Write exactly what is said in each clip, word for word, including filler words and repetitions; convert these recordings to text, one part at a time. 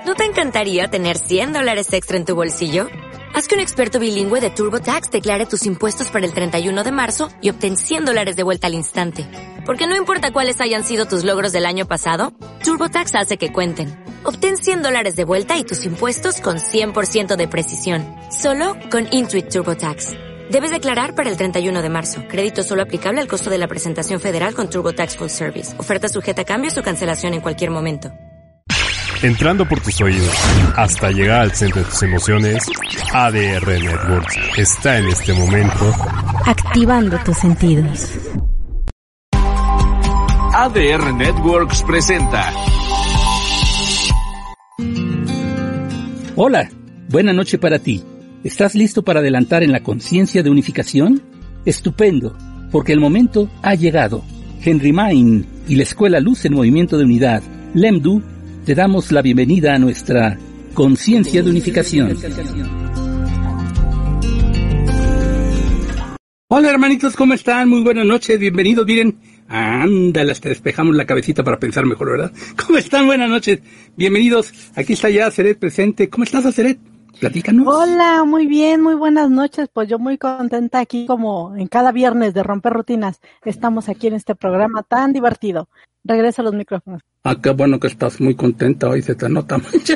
¿No te encantaría tener cien dólares extra en tu bolsillo? Haz que un experto bilingüe de TurboTax declare tus impuestos para el treinta y uno de marzo y obtén cien dólares de vuelta al instante. Porque no importa cuáles hayan sido tus logros del año pasado, TurboTax hace que cuenten. Obtén cien dólares de vuelta y tus impuestos con cien por ciento de precisión. Solo con Intuit TurboTax. Debes declarar para el treinta y uno de marzo. Crédito solo aplicable al costo de la presentación federal con TurboTax Full Service. Oferta sujeta a cambios o cancelación en cualquier momento. Entrando por tus oídos hasta llegar al centro de tus emociones, A D R Networks está en este momento activando tus sentidos. A D R Networks presenta. Hola, buena noche para ti. ¿Estás listo para adelantar en la conciencia de unificación? Estupendo, porque el momento ha llegado. Henry Main y la Escuela Luz en Movimiento de Unidad, LEMDU, te damos la bienvenida a nuestra conciencia de unificación. Hola hermanitos, ¿cómo están? Muy buenas noches, bienvenidos. Miren, ándale, hasta despejamos la cabecita para pensar mejor, ¿verdad? ¿Cómo están? Buenas noches, bienvenidos. Aquí está ya Aceret presente. ¿Cómo estás, Aceret? Platícanos. Hola, muy bien, muy buenas noches. Pues yo muy contenta aquí, como en cada viernes de Romper Rutinas. Estamos aquí en este programa tan divertido. Regreso a los micrófonos. Ah, qué bueno que estás muy contenta hoy, se te nota mucho.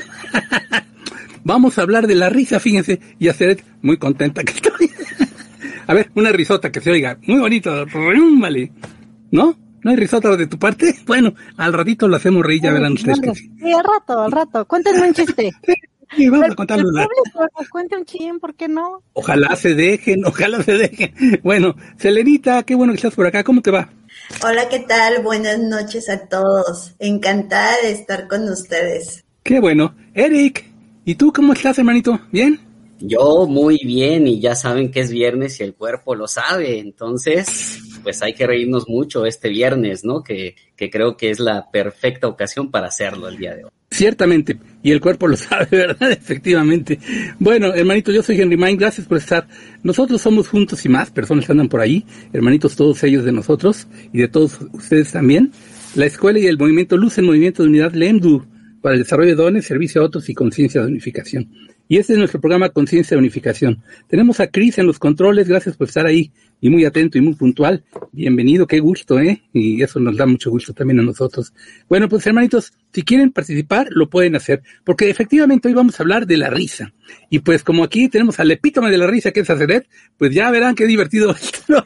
Vamos a hablar de la risa, fíjense, y Aceret muy contenta que estoy. A ver, una risota que se oiga, muy bonito, vale. ¿No? ¿No hay risota de tu parte? Bueno, al ratito lo hacemos reír, ya verán ustedes que sí. Sí, al rato, al rato. Cuéntenme un chiste. Sí, vamos a contarlo. El público nos cuente un chin, ¿por qué no? Ojalá se dejen, ojalá se dejen. Bueno, Selenita, qué bueno que estás por acá, ¿cómo te va? Hola, ¿qué tal? Buenas noches a todos. Encantada de estar con ustedes. Qué bueno. Eric, ¿y tú cómo estás, hermanito? ¿Bien? Yo muy bien, y ya saben que es viernes y el cuerpo lo sabe, entonces pues hay que reírnos mucho este viernes, ¿no? Que, que creo que es la perfecta ocasión para hacerlo el día de hoy. Ciertamente, y el cuerpo lo sabe, ¿verdad? Efectivamente. Bueno, hermanito, yo soy Henry Main, gracias por estar. Nosotros somos Juntos y Más, personas que andan por ahí, hermanitos todos ellos de nosotros, y de todos ustedes también, la Escuela y el Movimiento Luz en Movimiento de Unidad, LEMDU, para el desarrollo de dones, servicio a otros y conciencia de unificación. Y este es nuestro programa Conciencia de Unificación. Tenemos a Cris en los controles, gracias por estar ahí, y muy atento y muy puntual. Bienvenido, qué gusto, ¿eh? Y eso nos da mucho gusto también a nosotros. Bueno, pues hermanitos, si quieren participar, lo pueden hacer, porque efectivamente hoy vamos a hablar de la risa. Y pues como aquí tenemos al epítome de la risa, que es Aceret, pues ya verán qué divertido esto.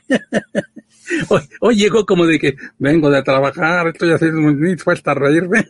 hoy, hoy llegó como de que vengo de trabajar, estoy haciendo muy dispuesta a reírme.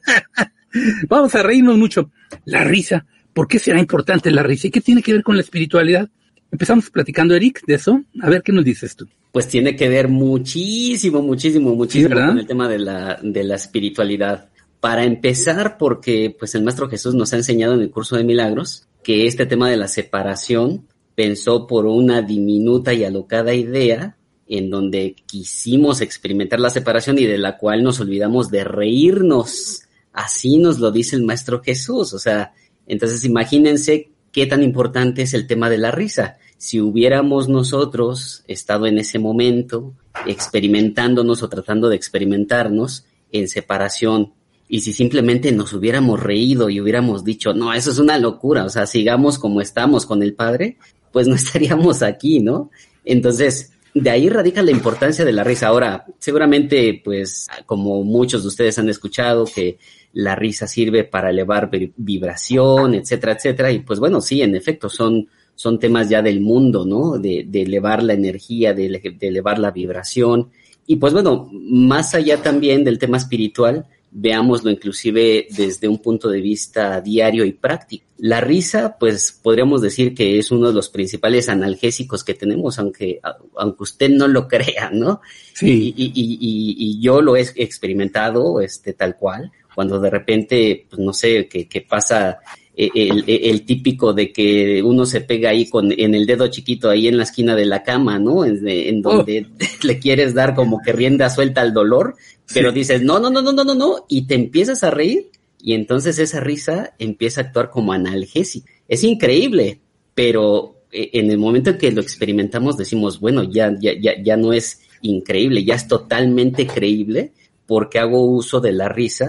Vamos a reírnos mucho. La risa. ¿Por qué será importante la risa? ¿Y qué tiene que ver con la espiritualidad? Empezamos platicando, Eric, de eso. A ver, ¿qué nos dices tú? Pues tiene que ver muchísimo, muchísimo, muchísimo ¿Sí, con el tema de la, de la espiritualidad. Para empezar, porque pues el Maestro Jesús nos ha enseñado en el curso de milagros que este tema de la separación pensó por una diminuta y alocada idea en donde quisimos experimentar la separación y de la cual nos olvidamos de reírnos. Así nos lo dice el Maestro Jesús, o sea, entonces imagínense qué tan importante es el tema de la risa. Si hubiéramos nosotros estado en ese momento experimentándonos o tratando de experimentarnos en separación, y si simplemente nos hubiéramos reído y hubiéramos dicho, no, eso es una locura, o sea, sigamos como estamos con el Padre, pues no estaríamos aquí, ¿no? Entonces, de ahí radica la importancia de la risa. Ahora, seguramente, pues, como muchos de ustedes han escuchado, que la risa sirve para elevar vibración, etcétera, etcétera. Y pues bueno, sí, en efecto, son, son temas ya del mundo, ¿no? De, de elevar la energía, de, de elevar la vibración. Y pues bueno, más allá también del tema espiritual, veámoslo inclusive desde un punto de vista diario y práctico. La risa, pues podríamos decir que es uno de los principales analgésicos que tenemos, aunque, aunque usted no lo crea, ¿no? Sí. Y, y, y, y, y yo lo he experimentado, este, tal cual. Cuando de repente, pues no sé, que, que pasa el, el, el típico de que uno se pega ahí con en el dedo chiquito ahí en la esquina de la cama, ¿no? En, en donde oh. le quieres dar como que rienda suelta al dolor, pero sí. dices, no, no, no, no, no, no, no, y te empiezas a reír, y entonces esa risa empieza a actuar como analgésico. Es increíble, pero en el momento en que lo experimentamos decimos, bueno, ya, ya, ya, ya no es increíble, ya es totalmente creíble, porque hago uso de la risa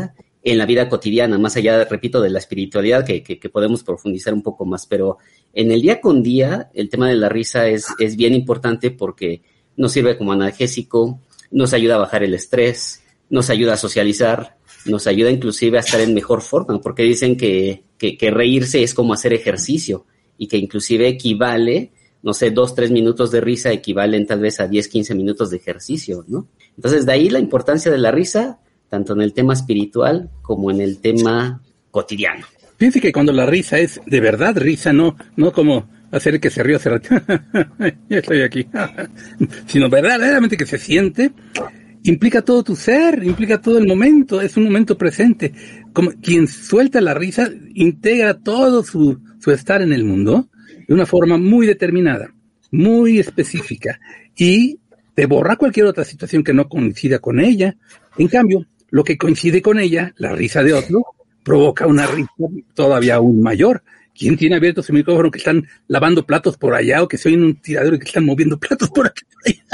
en la vida cotidiana, más allá, repito, de la espiritualidad que, que, que podemos profundizar un poco más, pero en el día con día el tema de la risa es, es bien importante porque nos sirve como analgésico, nos ayuda a bajar el estrés, nos ayuda a socializar, nos ayuda inclusive a estar en mejor forma, porque dicen que, que, que reírse es como hacer ejercicio y que inclusive equivale, no sé, dos, tres minutos de risa equivalen tal vez a diez, quince minutos de ejercicio, ¿no? Entonces, de ahí la importancia de la risa, tanto en el tema espiritual como en el tema cotidiano. Fíjense que cuando la risa es de verdad risa, no, no como hacer que se ríe hace rato, ya estoy aquí, sino verdaderamente que se siente, implica todo tu ser, implica todo el momento, es un momento presente. Como quien suelta la risa integra todo su, su estar en el mundo de una forma muy determinada, muy específica, y te borra cualquier otra situación que no coincida con ella. En cambio, lo que coincide con ella, la risa de otro, provoca una risa todavía aún mayor. ¿Quién tiene abierto su micrófono que están lavando platos por allá o que se oyen un tiradero y que están moviendo platos por aquí?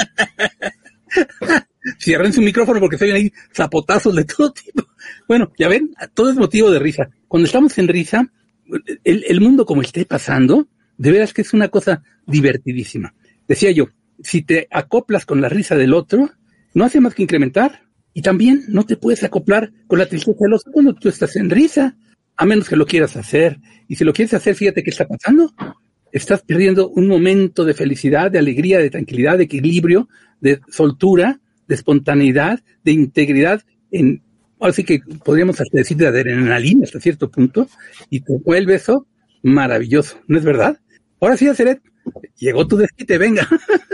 Por allá? Cierren su micrófono porque se oyen ahí zapotazos de todo tipo. Bueno, ya ven, todo es motivo de risa. Cuando estamos en risa, el, el mundo como esté pasando, de veras que es una cosa divertidísima. Decía yo, si te acoplas con la risa del otro, no hace más que incrementar. Y también no te puedes acoplar con la tristeza del otro cuando tú estás en risa, a menos que lo quieras hacer. Y si lo quieres hacer, fíjate qué está pasando. Estás perdiendo un momento de felicidad, de alegría, de tranquilidad, de equilibrio, de soltura, de espontaneidad, de integridad, en, ahora sí que podríamos hasta decir de adrenalina hasta cierto punto, y te vuelve eso maravilloso, ¿no es verdad? Ahora sí, Aceret, llegó tu desquite, venga.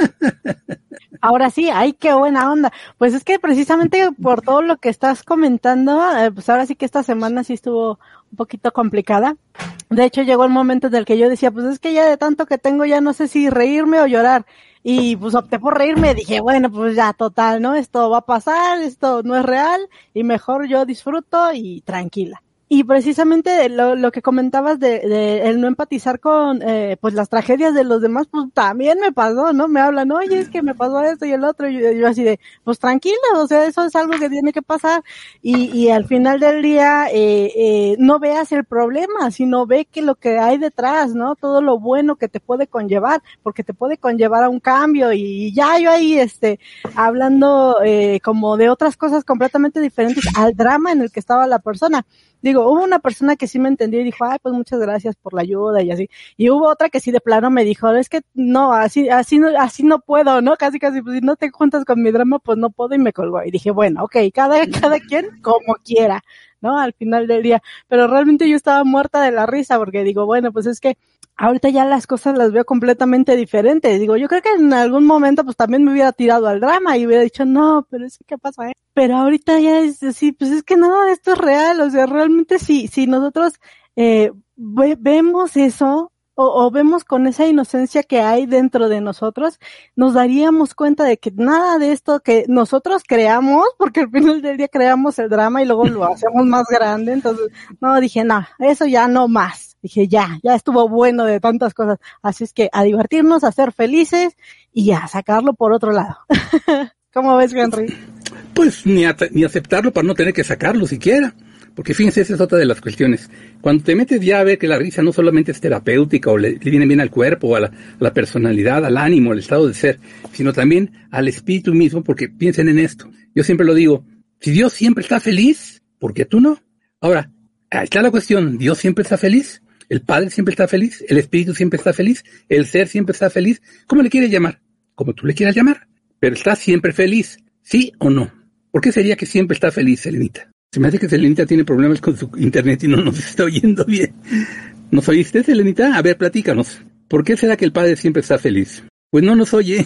Ahora sí, ay, qué buena onda. Pues es que precisamente por todo lo que estás comentando, eh, pues ahora sí que esta semana sí estuvo un poquito complicada. De hecho, llegó el momento en el que yo decía, pues es que ya de tanto que tengo ya no sé si reírme o llorar. Y pues opté por reírme, dije, bueno, pues ya total, ¿no? Esto va a pasar, esto no es real y mejor yo disfruto y tranquila. Y precisamente lo, lo que comentabas de, de el no empatizar con eh, pues las tragedias de los demás, pues también me pasó, ¿no? Me hablan, oye, es que me pasó esto y el otro, y yo, yo así de, pues tranquila, o sea, eso es algo que tiene que pasar, y, y al final del día eh, eh, no veas el problema, sino ve que lo que hay detrás, ¿no? Todo lo bueno que te puede conllevar, porque te puede conllevar a un cambio, y ya yo ahí, este, hablando eh, como de otras cosas completamente diferentes al drama en el que estaba la persona. Digo, hubo una persona que sí me entendió y dijo, ay, pues muchas gracias por la ayuda y así. Y hubo otra que sí de plano me dijo, es que no, así, así no, así no puedo, ¿no? Casi, casi, pues si no te juntas con mi drama, pues no puedo, y me colgó. Y dije, bueno, okay, cada, cada quien como quiera, ¿no? Al final del día. Pero realmente yo estaba muerta de la risa porque digo, bueno, pues es que ahorita ya las cosas las veo completamente diferentes. Digo, yo creo que en algún momento pues también me hubiera tirado al drama y hubiera dicho, no, pero es que ¿qué pasa? Eh? Pero ahorita ya es así, pues es que no, esto es real. O sea, realmente si, si nosotros eh, ve, vemos eso o, o vemos con esa inocencia que hay dentro de nosotros, nos daríamos cuenta de que nada de esto que nosotros creamos, porque al final del día creamos el drama y luego lo hacemos más grande. Entonces, no, dije, no, eso ya no más. Dije, ya, ya estuvo bueno de tantas cosas. Así es que a divertirnos, a ser felices y a sacarlo por otro lado. ¿Cómo ves, Henry? Pues ni, a, ni aceptarlo para no tener que sacarlo siquiera. Porque fíjense, esa es otra de las cuestiones. Cuando te metes ya a ver que la risa no solamente es terapéutica o le, le viene bien al cuerpo, a la, a la personalidad, al ánimo, al estado de ser, sino también al espíritu mismo, porque piensen en esto. Yo siempre lo digo, si Dios siempre está feliz, ¿por qué tú no? Ahora, ahí está la cuestión, ¿Dios siempre está feliz? ¿El Padre siempre está feliz? ¿El Espíritu siempre está feliz? ¿El Ser siempre está feliz? ¿Cómo le quieres llamar? Como tú le quieras llamar. Pero está siempre feliz, ¿sí o no? ¿Por qué sería que siempre está feliz, Selenita? Se me hace que Selenita tiene problemas con su internet y no nos está oyendo bien. ¿Nos oíste, Selenita? A ver, platícanos. ¿Por qué será que el Padre siempre está feliz? Pues no nos oye.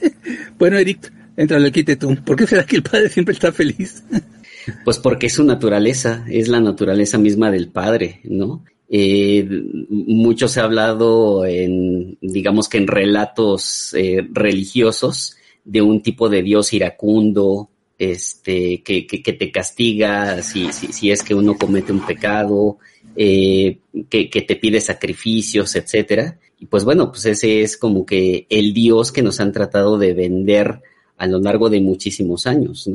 Bueno, Eric, entrale al quite tú. ¿Por qué será que el Padre siempre está feliz? Pues porque es su naturaleza, es la naturaleza misma del Padre, ¿no? Eh, mucho se ha hablado en, digamos que en relatos eh, religiosos de un tipo de Dios iracundo, este, que, que, que te castiga si, si, si es que uno comete un pecado, eh, que, que te pide sacrificios, etcétera. Y pues bueno, pues ese es como que el Dios que nos han tratado de vender a lo largo de muchísimos años, ¿no?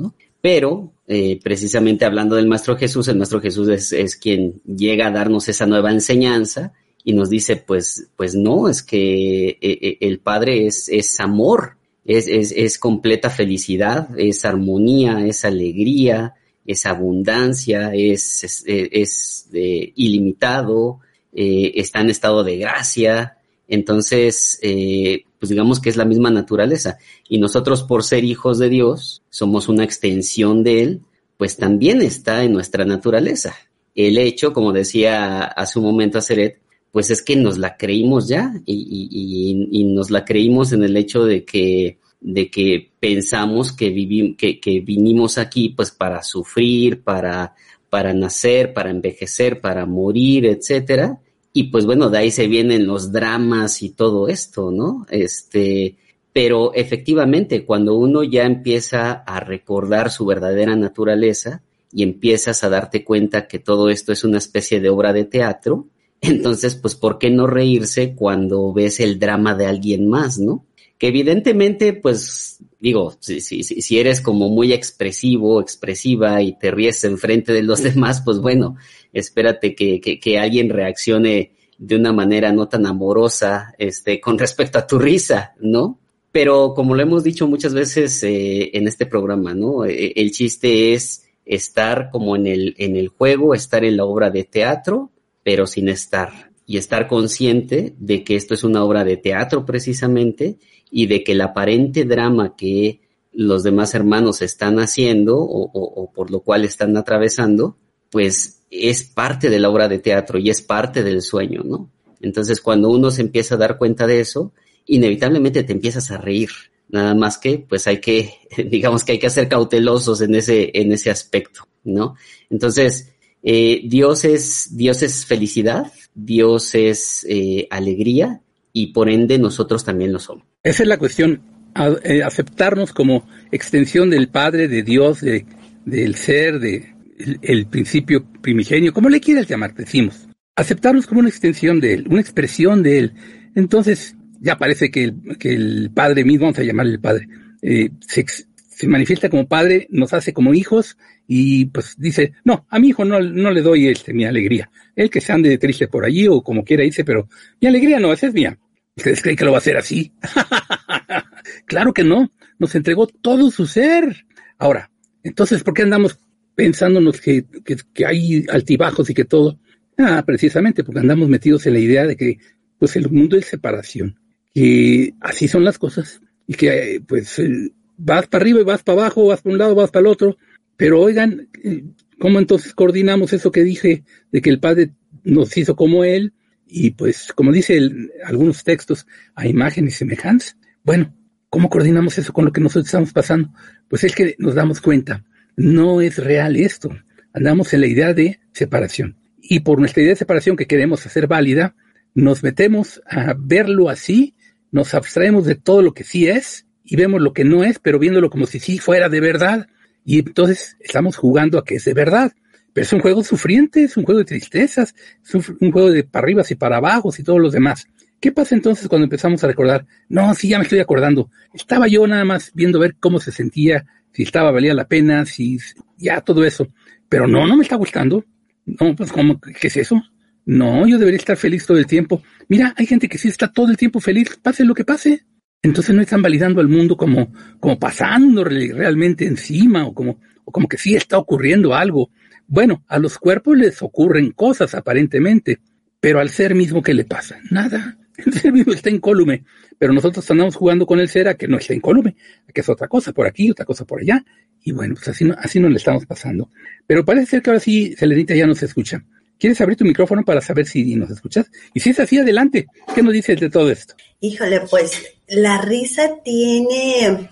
Pero, eh, precisamente hablando del Maestro Jesús, el Maestro Jesús es, es quien llega a darnos esa nueva enseñanza y nos dice, pues, pues no, es que eh, el Padre es, es amor, es, es, es completa felicidad, es armonía, es alegría, es abundancia, es, es, es eh, ilimitado, eh, está en estado de gracia. Entonces, eh, pues digamos que es la misma naturaleza. Y nosotros, por ser hijos de Dios, somos una extensión de Él, pues también está en nuestra naturaleza. El hecho, como decía hace un momento Aceret, pues es que nos la creímos ya y, y, y, y nos la creímos en el hecho de que, de que pensamos que, vivi- que, que vinimos aquí pues para sufrir, para, para nacer, para envejecer, para morir, etcétera. Y pues bueno, de ahí se vienen los dramas y todo esto, ¿no? Este, pero efectivamente, cuando uno ya empieza a recordar su verdadera naturaleza y empiezas a darte cuenta que todo esto es una especie de obra de teatro, entonces, pues, ¿por qué no reírse cuando ves el drama de alguien más, no? Que evidentemente, pues, digo, si, si, si eres como muy expresivo, expresiva y te ríes enfrente de los demás, pues bueno, espérate que, que, que alguien reaccione de una manera no tan amorosa, este, con respecto a tu risa, ¿no? Pero como lo hemos dicho muchas veces eh, en este programa, ¿no? Eh, el chiste es estar como en el, en el juego, estar en la obra de teatro, pero sin estar. Y estar consciente de que esto es una obra de teatro precisamente y de que el aparente drama que los demás hermanos están haciendo o, o, o por lo cual están atravesando, pues es parte de la obra de teatro y es parte del sueño, ¿no? Entonces, cuando uno se empieza a dar cuenta de eso, inevitablemente te empiezas a reír. Nada más que, pues hay que, digamos que hay que ser cautelosos en ese, en ese aspecto, ¿no? Entonces, eh, Dios es, Dios es felicidad, Dios es eh, alegría y por ende nosotros también lo somos. Esa es la cuestión, a, eh, aceptarnos como extensión del Padre, de Dios, de, del ser, de el, el principio primigenio, como le quieras llamar, decimos. Aceptarnos como una extensión de Él, una expresión de Él. Entonces, ya parece que el, que el Padre mismo, vamos a llamarle el Padre, eh, se, se manifiesta como Padre, nos hace como hijos y pues dice, no, a mi hijo no, no le doy este, mi alegría. Él que se ande triste por allí o como quiera irse, pero mi alegría no, esa es mía. ¿Ustedes creen que lo va a hacer así? Claro que no, nos entregó todo su ser. Ahora, entonces, ¿por qué andamos pensándonos que, que, que hay altibajos y que todo? Ah, precisamente porque andamos metidos en la idea de que pues el mundo es separación, que así son las cosas y que pues vas para arriba y vas para abajo, vas para un lado, vas para el otro, pero oigan, ¿cómo entonces coordinamos eso que dije de que el Padre nos hizo como Él? Y pues, como dice el, algunos textos, a imagen y semejanza. Bueno, ¿cómo coordinamos eso con lo que nosotros estamos pasando? Pues es que nos damos cuenta, no es real esto. Andamos en la idea de separación. Y por nuestra idea de separación que queremos hacer válida, nos metemos a verlo así, nos abstraemos de todo lo que sí es y vemos lo que no es, pero viéndolo como si sí fuera de verdad. Y entonces estamos jugando a que es de verdad. Pero es un juego sufriente, es un juego de tristezas, es un, un juego de para arriba y para abajo y todos los demás. ¿Qué pasa entonces cuando empezamos a recordar? No, sí, ya me estoy acordando. Estaba yo nada más viendo ver cómo se sentía, si estaba, valía la pena, si ya todo eso. Pero no, no me está gustando. No, pues ¿cómo? ¿Qué es eso? No, yo debería estar feliz todo el tiempo. Mira, hay gente que sí está todo el tiempo feliz, pase lo que pase. Entonces no están validando al mundo como, como pasándole realmente encima o como, o como que sí está ocurriendo algo. Bueno, a los cuerpos les ocurren cosas aparentemente, pero al ser mismo, ¿qué le pasa? Nada. El ser mismo está incólume, pero nosotros andamos jugando con el ser a que no está incólume, a que es otra cosa por aquí, otra cosa por allá, y bueno, pues así, no, así nos le estamos pasando. Pero parece ser que ahora sí, Selenita ya nos escucha. ¿Quieres abrir tu micrófono para saber si nos escuchas? Y si es así, adelante. ¿Qué nos dices de todo esto? Híjole, pues la risa tiene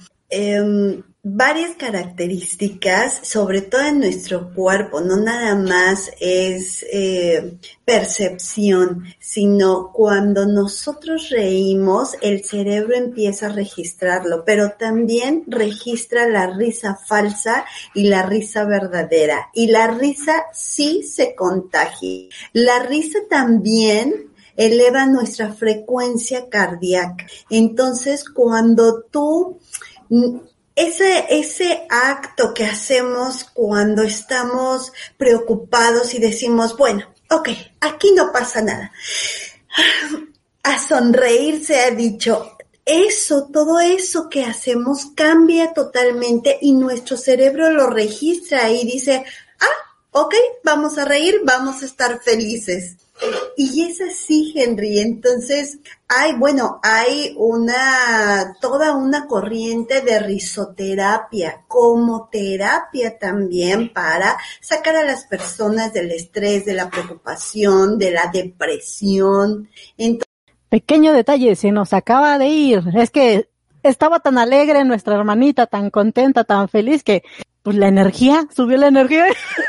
eh, varias características, sobre todo en nuestro cuerpo. No nada más es eh, percepción, sino cuando nosotros reímos, el cerebro empieza a registrarlo, pero también registra la risa falsa y la risa verdadera. Y la risa sí se contagia. La risa también eleva nuestra frecuencia cardíaca. Entonces, cuando tú ese, ese acto que hacemos cuando estamos preocupados y decimos, bueno, ok, aquí no pasa nada. A sonreír se ha dicho, eso, todo eso que hacemos cambia totalmente y nuestro cerebro lo registra y dice, ah, ok, vamos a reír, vamos a estar felices. Y es así, Henry. Entonces, hay, bueno, hay una, toda una corriente de risoterapia como terapia también para sacar a las personas del estrés, de la preocupación, de la depresión. Entonces, pequeño detalle, se nos acaba de ir. Es que estaba tan alegre nuestra hermanita, tan contenta, tan feliz que, pues la energía, subió la energía.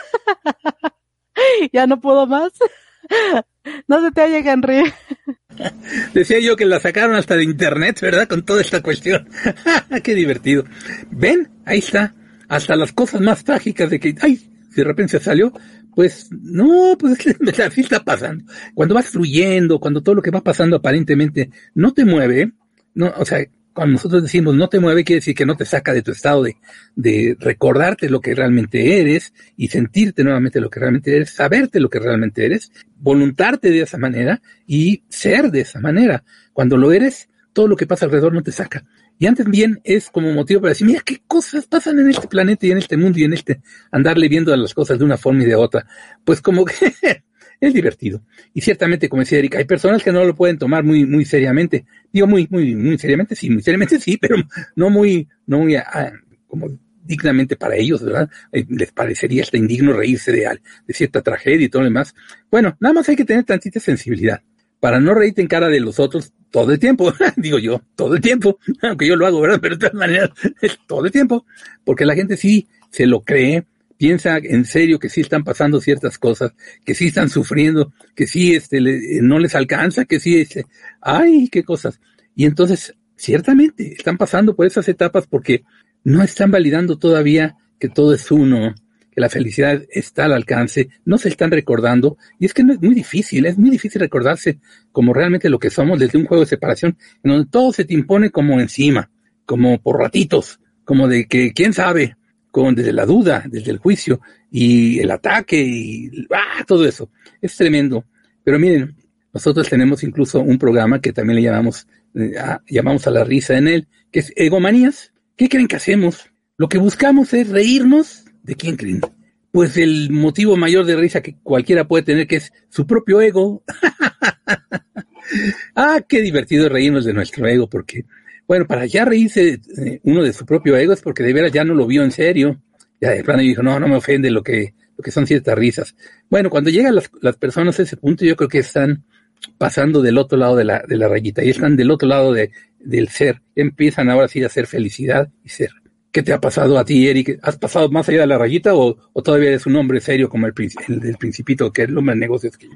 Ya no puedo más. No se te oye, Henry. Decía yo que la sacaron hasta de internet, ¿verdad? Con toda esta cuestión. Qué divertido. ¿Ven? Ahí está. Hasta las cosas más trágicas de que, ay, si de repente se salió, pues, no, pues así está pasando. Cuando vas fluyendo, cuando todo lo que va pasando aparentemente no te mueve, no, o sea, cuando nosotros decimos no te mueve, quiere decir que no te saca de tu estado de, de recordarte lo que realmente eres y sentirte nuevamente lo que realmente eres, saberte lo que realmente eres, voluntarte de esa manera y ser de esa manera. Cuando lo eres, todo lo que pasa alrededor no te saca. Y antes bien es como motivo para decir, mira qué cosas pasan en este planeta y en este mundo y en este andarle viendo a las cosas de una forma y de otra. Pues como que es divertido. Y ciertamente, como decía Erika, hay personas que no lo pueden tomar muy, muy seriamente. Digo muy, muy, muy seriamente, sí, muy seriamente sí, pero no muy, no muy, ah, como dignamente para ellos, ¿verdad? Eh, les parecería hasta indigno reírse de, de cierta tragedia y todo lo demás. Bueno, nada más hay que tener tantita sensibilidad para no reírte en cara de los otros todo el tiempo. Digo yo, todo el tiempo, aunque yo lo hago, ¿verdad? Pero de todas maneras, es todo el tiempo, porque la gente sí se lo cree, piensa en serio que sí están pasando ciertas cosas, que sí están sufriendo, que sí este le, no les alcanza, que sí, este, ay, qué cosas. Y entonces, ciertamente, están pasando por esas etapas porque no están validando todavía que todo es uno, que la felicidad está al alcance, no se están recordando, y es que no es muy difícil, es muy difícil recordarse como realmente lo que somos desde un juego de separación, en donde todo se te impone como encima, como por ratitos, como de que, quién sabe, con desde la duda, desde el juicio y el ataque y ah, todo eso. Es tremendo. Pero miren, nosotros tenemos incluso un programa que también le llamamos, eh, a, llamamos a la risa en él, que es Egomanías. ¿Qué creen que hacemos? Lo que buscamos es reírnos. ¿De quién creen? Pues el motivo mayor de risa que cualquiera puede tener, que es su propio ego. Ah, qué divertido reírnos de nuestro ego, porque bueno, para ya reírse eh, uno de su propio ego es porque de veras ya no lo vio en serio. Ya de plano dijo, no, no me ofende lo que, lo que son ciertas risas. Bueno, cuando llegan las, las personas a ese punto, yo creo que están pasando del otro lado de la, de la rayita y están del otro lado de, del ser. Empiezan ahora sí a hacer felicidad y ser. ¿Qué te ha pasado a ti, Eric? ¿Has pasado más allá de la rayita o, o todavía eres un hombre serio como el, el del Principito, que es el hombre de negocios que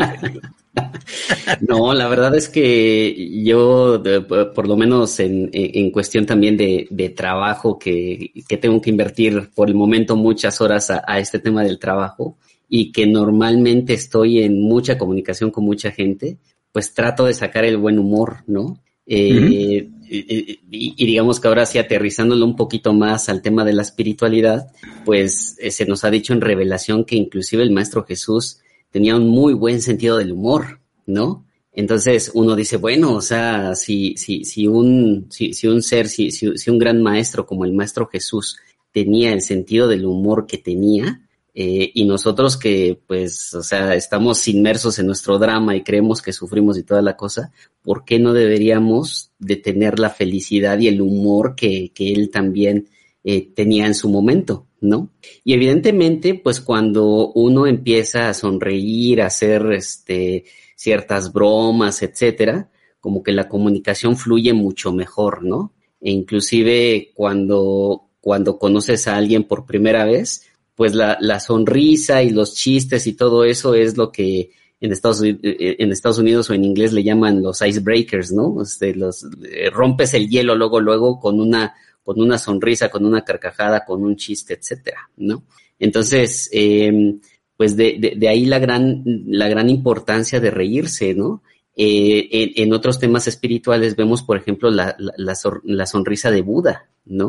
No, la verdad es que yo, de, por lo menos en, en cuestión también de, de trabajo, que, que tengo que invertir por el momento muchas horas a, a este tema del trabajo y que normalmente estoy en mucha comunicación con mucha gente, pues trato de sacar el buen humor, ¿no? Eh, uh-huh. y, y, y digamos que ahora sí, aterrizándolo un poquito más al tema de la espiritualidad, pues eh, se nos ha dicho en revelación que inclusive el Maestro Jesús tenía un muy buen sentido del humor, ¿no? Entonces uno dice, bueno, o sea, si, si, si un, si, si un ser, si, si, si un gran maestro como el Maestro Jesús tenía el sentido del humor que tenía, eh, y nosotros que, pues, o sea, estamos inmersos en nuestro drama y creemos que sufrimos y toda la cosa, ¿por qué no deberíamos de tener la felicidad y el humor que, que él también eh, tenía en su momento, ¿no? Y evidentemente, pues, cuando uno empieza a sonreír, a hacer, este, ciertas bromas, etcétera, como que la comunicación fluye mucho mejor, ¿no? E inclusive cuando, cuando conoces a alguien por primera vez, pues la, la sonrisa y los chistes y todo eso es lo que en Estados, en Estados Unidos o en inglés le llaman los icebreakers, ¿no? Este, los, eh, rompes el hielo luego, luego con una, con una sonrisa, con una carcajada, con un chiste, etcétera, ¿no? Entonces, eh, pues de, de, de ahí la gran, la gran importancia de reírse, ¿no? Eh, en, en otros temas espirituales vemos, por ejemplo, la, la, la, sor, la sonrisa de Buda, ¿no?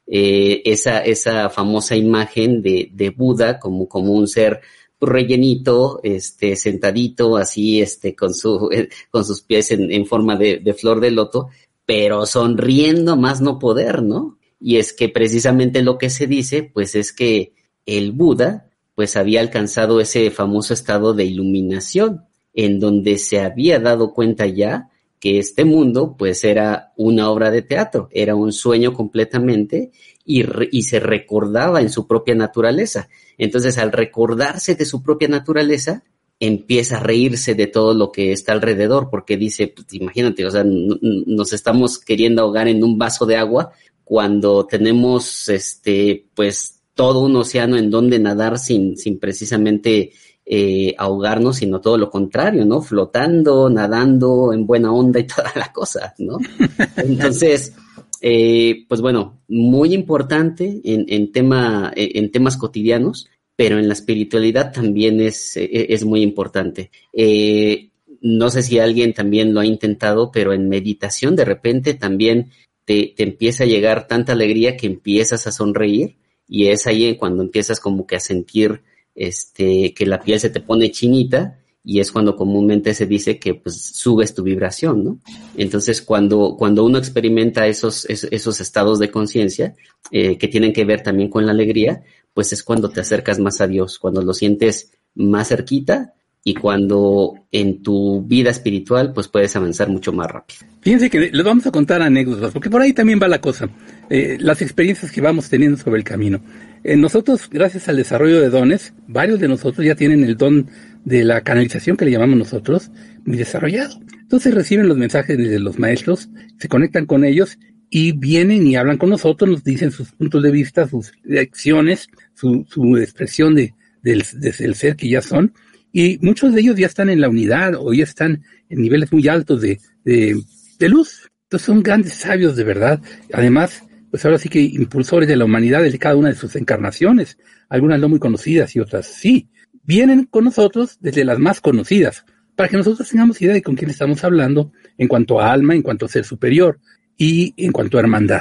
eh, esa, esa famosa imagen de, de Buda como, como un ser rellenito, este, sentadito, así, este, con su, eh, con sus pies en, en forma de, de flor de loto, pero sonriendo más no poder, ¿no? Y es que precisamente lo que se dice, pues es que el Buda, pues había alcanzado ese famoso estado de iluminación, en donde se había dado cuenta ya que este mundo, pues era una obra de teatro, era un sueño completamente, y, re, y se recordaba en su propia naturaleza. Entonces, al recordarse de su propia naturaleza, empieza a reírse de todo lo que está alrededor, porque dice, pues, imagínate, o sea, n- n- nos estamos queriendo ahogar en un vaso de agua cuando tenemos, este, pues, todo un océano en donde nadar sin, sin precisamente eh, ahogarnos, sino todo lo contrario, ¿no? Flotando, nadando, en buena onda y toda la cosa, ¿no? Entonces, eh, pues bueno, muy importante en, en tema, en temas cotidianos, pero en la espiritualidad también es, es muy importante. Eh, no sé si alguien también lo ha intentado, pero en meditación de repente también te, te empieza a llegar tanta alegría que empiezas a sonreír, y es ahí cuando empiezas como que a sentir este que la piel se te pone chinita, y es cuando comúnmente se dice que pues subes tu vibración, ¿no? Entonces cuando, cuando uno experimenta esos, esos, esos estados de conciencia eh, que tienen que ver también con la alegría, pues es cuando te acercas más a Dios, cuando lo sientes más cerquita, y cuando en tu vida espiritual pues puedes avanzar mucho más rápido. Fíjense que les vamos a contar anécdotas, porque por ahí también va la cosa, eh, las experiencias que vamos teniendo sobre el camino. Eh, nosotros, gracias al desarrollo de dones, varios de nosotros ya tienen el don de la canalización, que le llamamos nosotros, muy desarrollado. Entonces reciben los mensajes de los maestros, se conectan con ellos y vienen y hablan con nosotros, nos dicen sus puntos de vista, sus lecciones, su, su expresión de, del, del ser que ya son. Y muchos de ellos ya están en la unidad o ya están en niveles muy altos de, de, de luz. Entonces son grandes sabios de verdad. Además, pues ahora sí que impulsores de la humanidad de cada una de sus encarnaciones. Algunas no muy conocidas y otras sí. Vienen con nosotros desde las más conocidas, para que nosotros tengamos idea de con quién estamos hablando en cuanto a alma, en cuanto a ser superior y en cuanto a hermandad.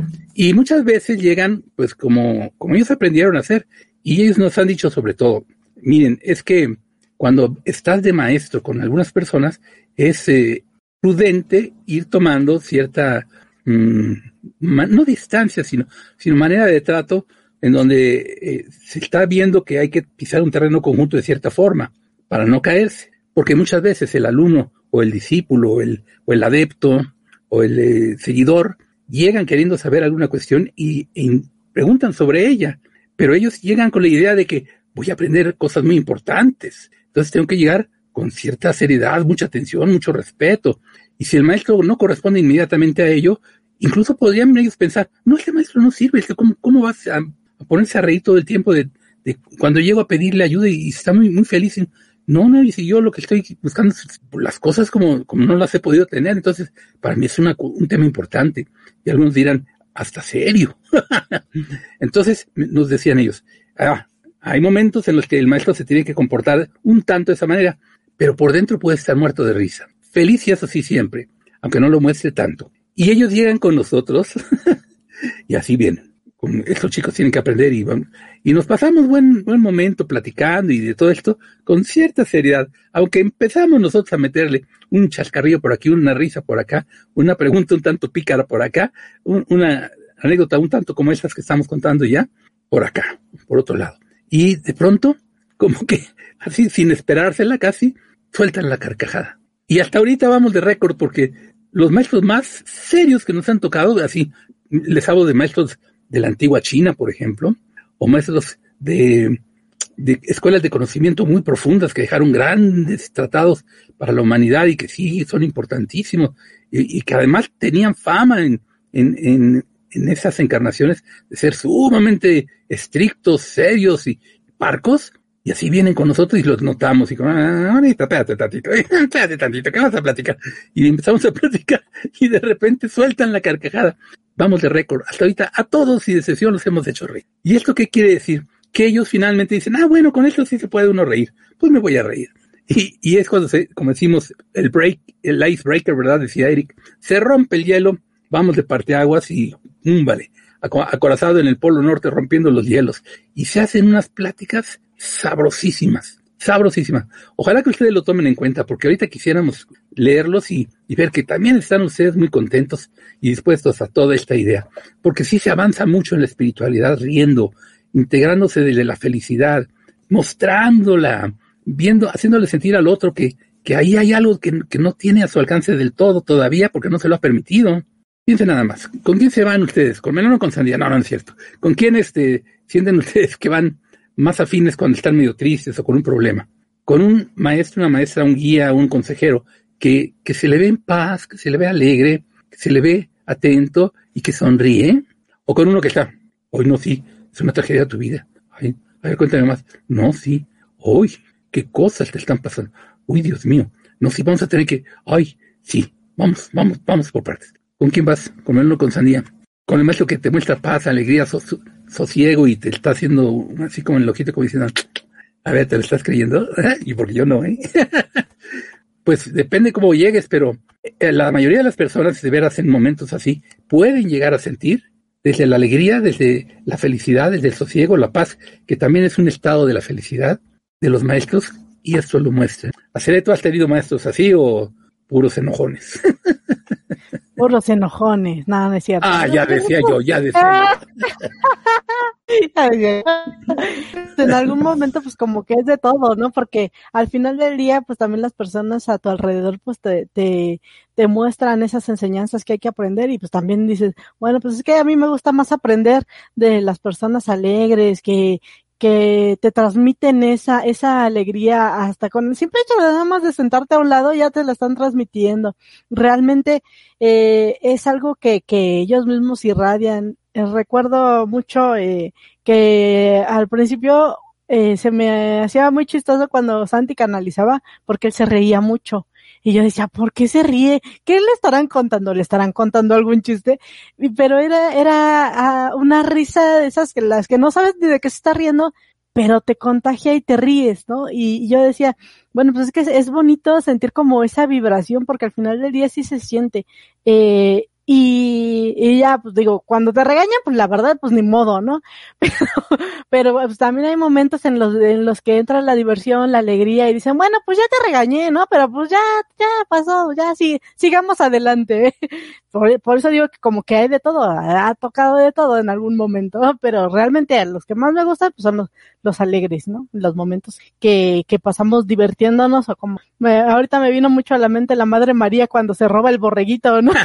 Y muchas veces llegan, pues como, como ellos aprendieron a hacer, y ellos nos han dicho sobre todo, miren, es que cuando estás de maestro con algunas personas, es eh, prudente ir tomando cierta, mmm, ma- no distancia, sino, sino manera de trato, en donde eh, se está viendo que hay que pisar un terreno conjunto de cierta forma, para no caerse. Porque muchas veces el alumno, o el discípulo, o el, o el adepto, o el eh, seguidor, llegan queriendo saber alguna cuestión y, y preguntan sobre ella, pero ellos llegan con la idea de que voy a aprender cosas muy importantes. Entonces tengo que llegar con cierta seriedad, mucha atención, mucho respeto. Y si el maestro no corresponde inmediatamente a ello, incluso podrían ellos pensar, no, este maestro no sirve, ¿cómo, cómo vas a, a ponerse a reír todo el tiempo de, de cuando llego a pedirle ayuda y, y está muy, muy feliz? No, no, y si yo lo que estoy buscando es las cosas como, como no las he podido tener, entonces para mí es una, un tema importante. Y algunos dirán, hasta serio. Entonces nos decían ellos, ah, hay momentos en los que el maestro se tiene que comportar un tanto de esa manera, pero por dentro puede estar muerto de risa. Feliz y eso sí siempre, aunque no lo muestre tanto. Y ellos llegan con nosotros y así vienen. Con estos chicos tienen que aprender y, y nos pasamos buen, buen momento platicando y de todo esto con cierta seriedad, aunque empezamos nosotros a meterle un chascarrillo por aquí, una risa por acá, una pregunta un tanto pícara por acá, un, una anécdota un tanto como estas que estamos contando ya, por acá, por otro lado. Y de pronto, como que así sin esperársela casi, sueltan la carcajada. Y hasta ahorita vamos de récord porque los maestros más serios que nos han tocado, así, les hablo de maestros de la antigua China, por ejemplo, o maestros de, de escuelas de conocimiento muy profundas que dejaron grandes tratados para la humanidad y que sí son importantísimos y, y que además tenían fama en, en, en, en esas encarnaciones de ser sumamente estrictos, serios y parcos, y así vienen con nosotros y los notamos y como, ah, ahorita, espérate tantito, espérate tantito, ¿qué vas a platicar? Y empezamos a platicar y de repente sueltan la carcajada. Vamos de récord. Hasta ahorita a todos y de sesión los hemos hecho reír. ¿Y esto qué quiere decir? Que ellos finalmente dicen, ah, bueno, con esto sí se puede uno reír. Pues me voy a reír. Y, y es cuando, se, como decimos, el break, el icebreaker, ¿verdad? Decía Eric, se rompe el hielo, vamos de parteaguas y, um, vale. acorazado en el Polo Norte rompiendo los hielos. Y se hacen unas pláticas sabrosísimas, sabrosísimas. Ojalá que ustedes lo tomen en cuenta, porque ahorita quisiéramos leerlos y, y ver que también están ustedes muy contentos y dispuestos a toda esta idea. Porque sí se avanza mucho en la espiritualidad, riendo, integrándose desde la felicidad, mostrándola, viendo, haciéndole sentir al otro que, que ahí hay algo que, que no tiene a su alcance del todo todavía porque no se lo ha permitido. Piensen nada más, ¿con quién se van ustedes? ¿Con Melón o con Sandía? No, no es cierto. ¿Con quién este, sienten ustedes que van más afines cuando están medio tristes o con un problema? ¿Con un maestro, una maestra, un guía, un consejero que, que se le ve en paz, que se le ve alegre, que se le ve atento y que sonríe? ¿O con uno que está, hoy no, sí, es una tragedia tu vida? Ay, a ver, cuéntame más. No, sí, hoy, qué cosas te están pasando. Uy, Dios mío, no, sí, vamos a tener que, ay, sí, vamos, vamos, vamos por partes. ¿Con quién vas? ¿Con Melón o con Sandía? ¿Con el maestro que te muestra paz, alegría, sos, sosiego y te está haciendo así como el ojito como diciendo, a ver, ¿te lo estás creyendo? Y porque yo no, ¿eh? Pues depende cómo llegues, pero la mayoría de las personas, de veras, en momentos así, pueden llegar a sentir desde la alegría, desde la felicidad, desde el sosiego, la paz, que también es un estado de la felicidad de los maestros, y esto lo muestra. ¿Hacer tú has tenido maestros así o puros enojones? Puros enojones, nada, no es cierto. Ah, ya decía yo, ya decía yo. En algún momento, pues como que es de todo, ¿no? Porque al final del día, pues también las personas a tu alrededor, pues te, te, te muestran esas enseñanzas que hay que aprender y pues también dices, bueno, pues es que a mí me gusta más aprender de las personas alegres que que te transmiten esa esa alegría hasta con el simple hecho de nada más de sentarte a un lado ya te la están transmitiendo. Realmente eh, es algo que que ellos mismos irradian. Eh, recuerdo mucho eh, que al principio eh, se me hacía muy chistoso cuando Santi canalizaba porque él se reía mucho. Y yo decía, ¿por qué se ríe? ¿Qué le estarán contando? ¿Le estarán contando algún chiste? Y, pero era era uh, una risa de esas que las que no sabes ni de qué se está riendo, pero te contagia y te ríes, ¿no? Y, y yo decía, bueno, pues es que es, es bonito sentir como esa vibración, porque al final del día sí se siente. Eh, y, y ya, pues digo, cuando te regañan, pues la verdad, pues ni modo, ¿no? Pero, pero pues también hay momentos en los, en los que entra la diversión, la alegría y dicen, bueno, pues ya te regañé, ¿no? Pero pues ya, ya pasó, ya sí, sigamos adelante. Por, por eso digo que como que hay de todo, ha tocado de todo en algún momento, ¿no? Pero realmente a los que más me gustan, pues son los, los alegres, ¿no? Los momentos que, que pasamos divirtiéndonos o como, me, ahorita me vino mucho a la mente la Madre María cuando se roba el borreguito, ¿no?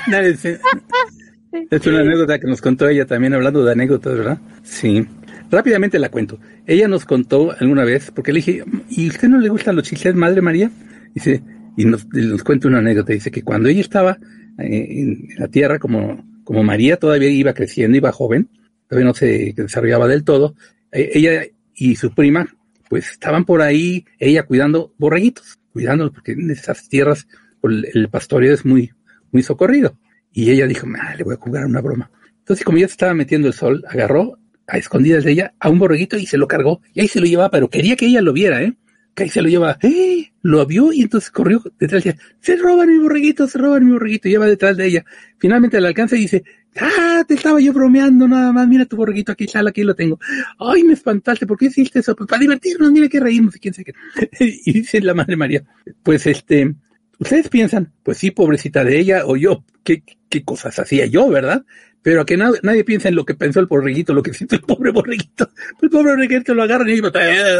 Es una anécdota que nos contó ella también, hablando de anécdotas, ¿verdad? Sí. Rápidamente la cuento. Ella nos contó alguna vez, porque le dije, ¿y a usted no le gustan los chistes, Madre María? Dice, y nos, y nos cuenta una anécdota. Dice que cuando ella estaba eh, en la tierra, como, como María todavía iba creciendo, iba joven, todavía no se desarrollaba del todo, eh, ella y su prima, pues estaban por ahí, ella cuidando borreguitos, cuidándolos, porque en esas tierras el, el pastoreo es muy, muy socorrido. Y ella dijo, ah, le voy a jugar una broma. Entonces, como ya se estaba metiendo el sol, agarró a escondidas de ella a un borreguito y se lo cargó. Y ahí se lo llevaba, pero quería que ella lo viera, ¿eh? Que ahí se lo llevaba. ¡Eh! Lo vio y entonces corrió detrás de ella. Se roban mi borreguito, se roban mi borreguito. Y ya va detrás de ella. Finalmente la alcanza y dice, ah, te estaba yo bromeando nada más. Mira tu borreguito aquí, chala, aquí lo tengo. Ay, me espantaste. ¿Por qué hiciste eso? Pues para divertirnos, mira que reímos y quién sabe qué. Y dice la Madre María, pues este... Ustedes piensan, pues sí, pobrecita de ella, o yo, qué, qué cosas hacía yo, ¿verdad? Pero a que na- nadie piensa en lo que pensó el borreguito, lo que siente el pobre borreguito. El pobre borreguito lo agarran y digo,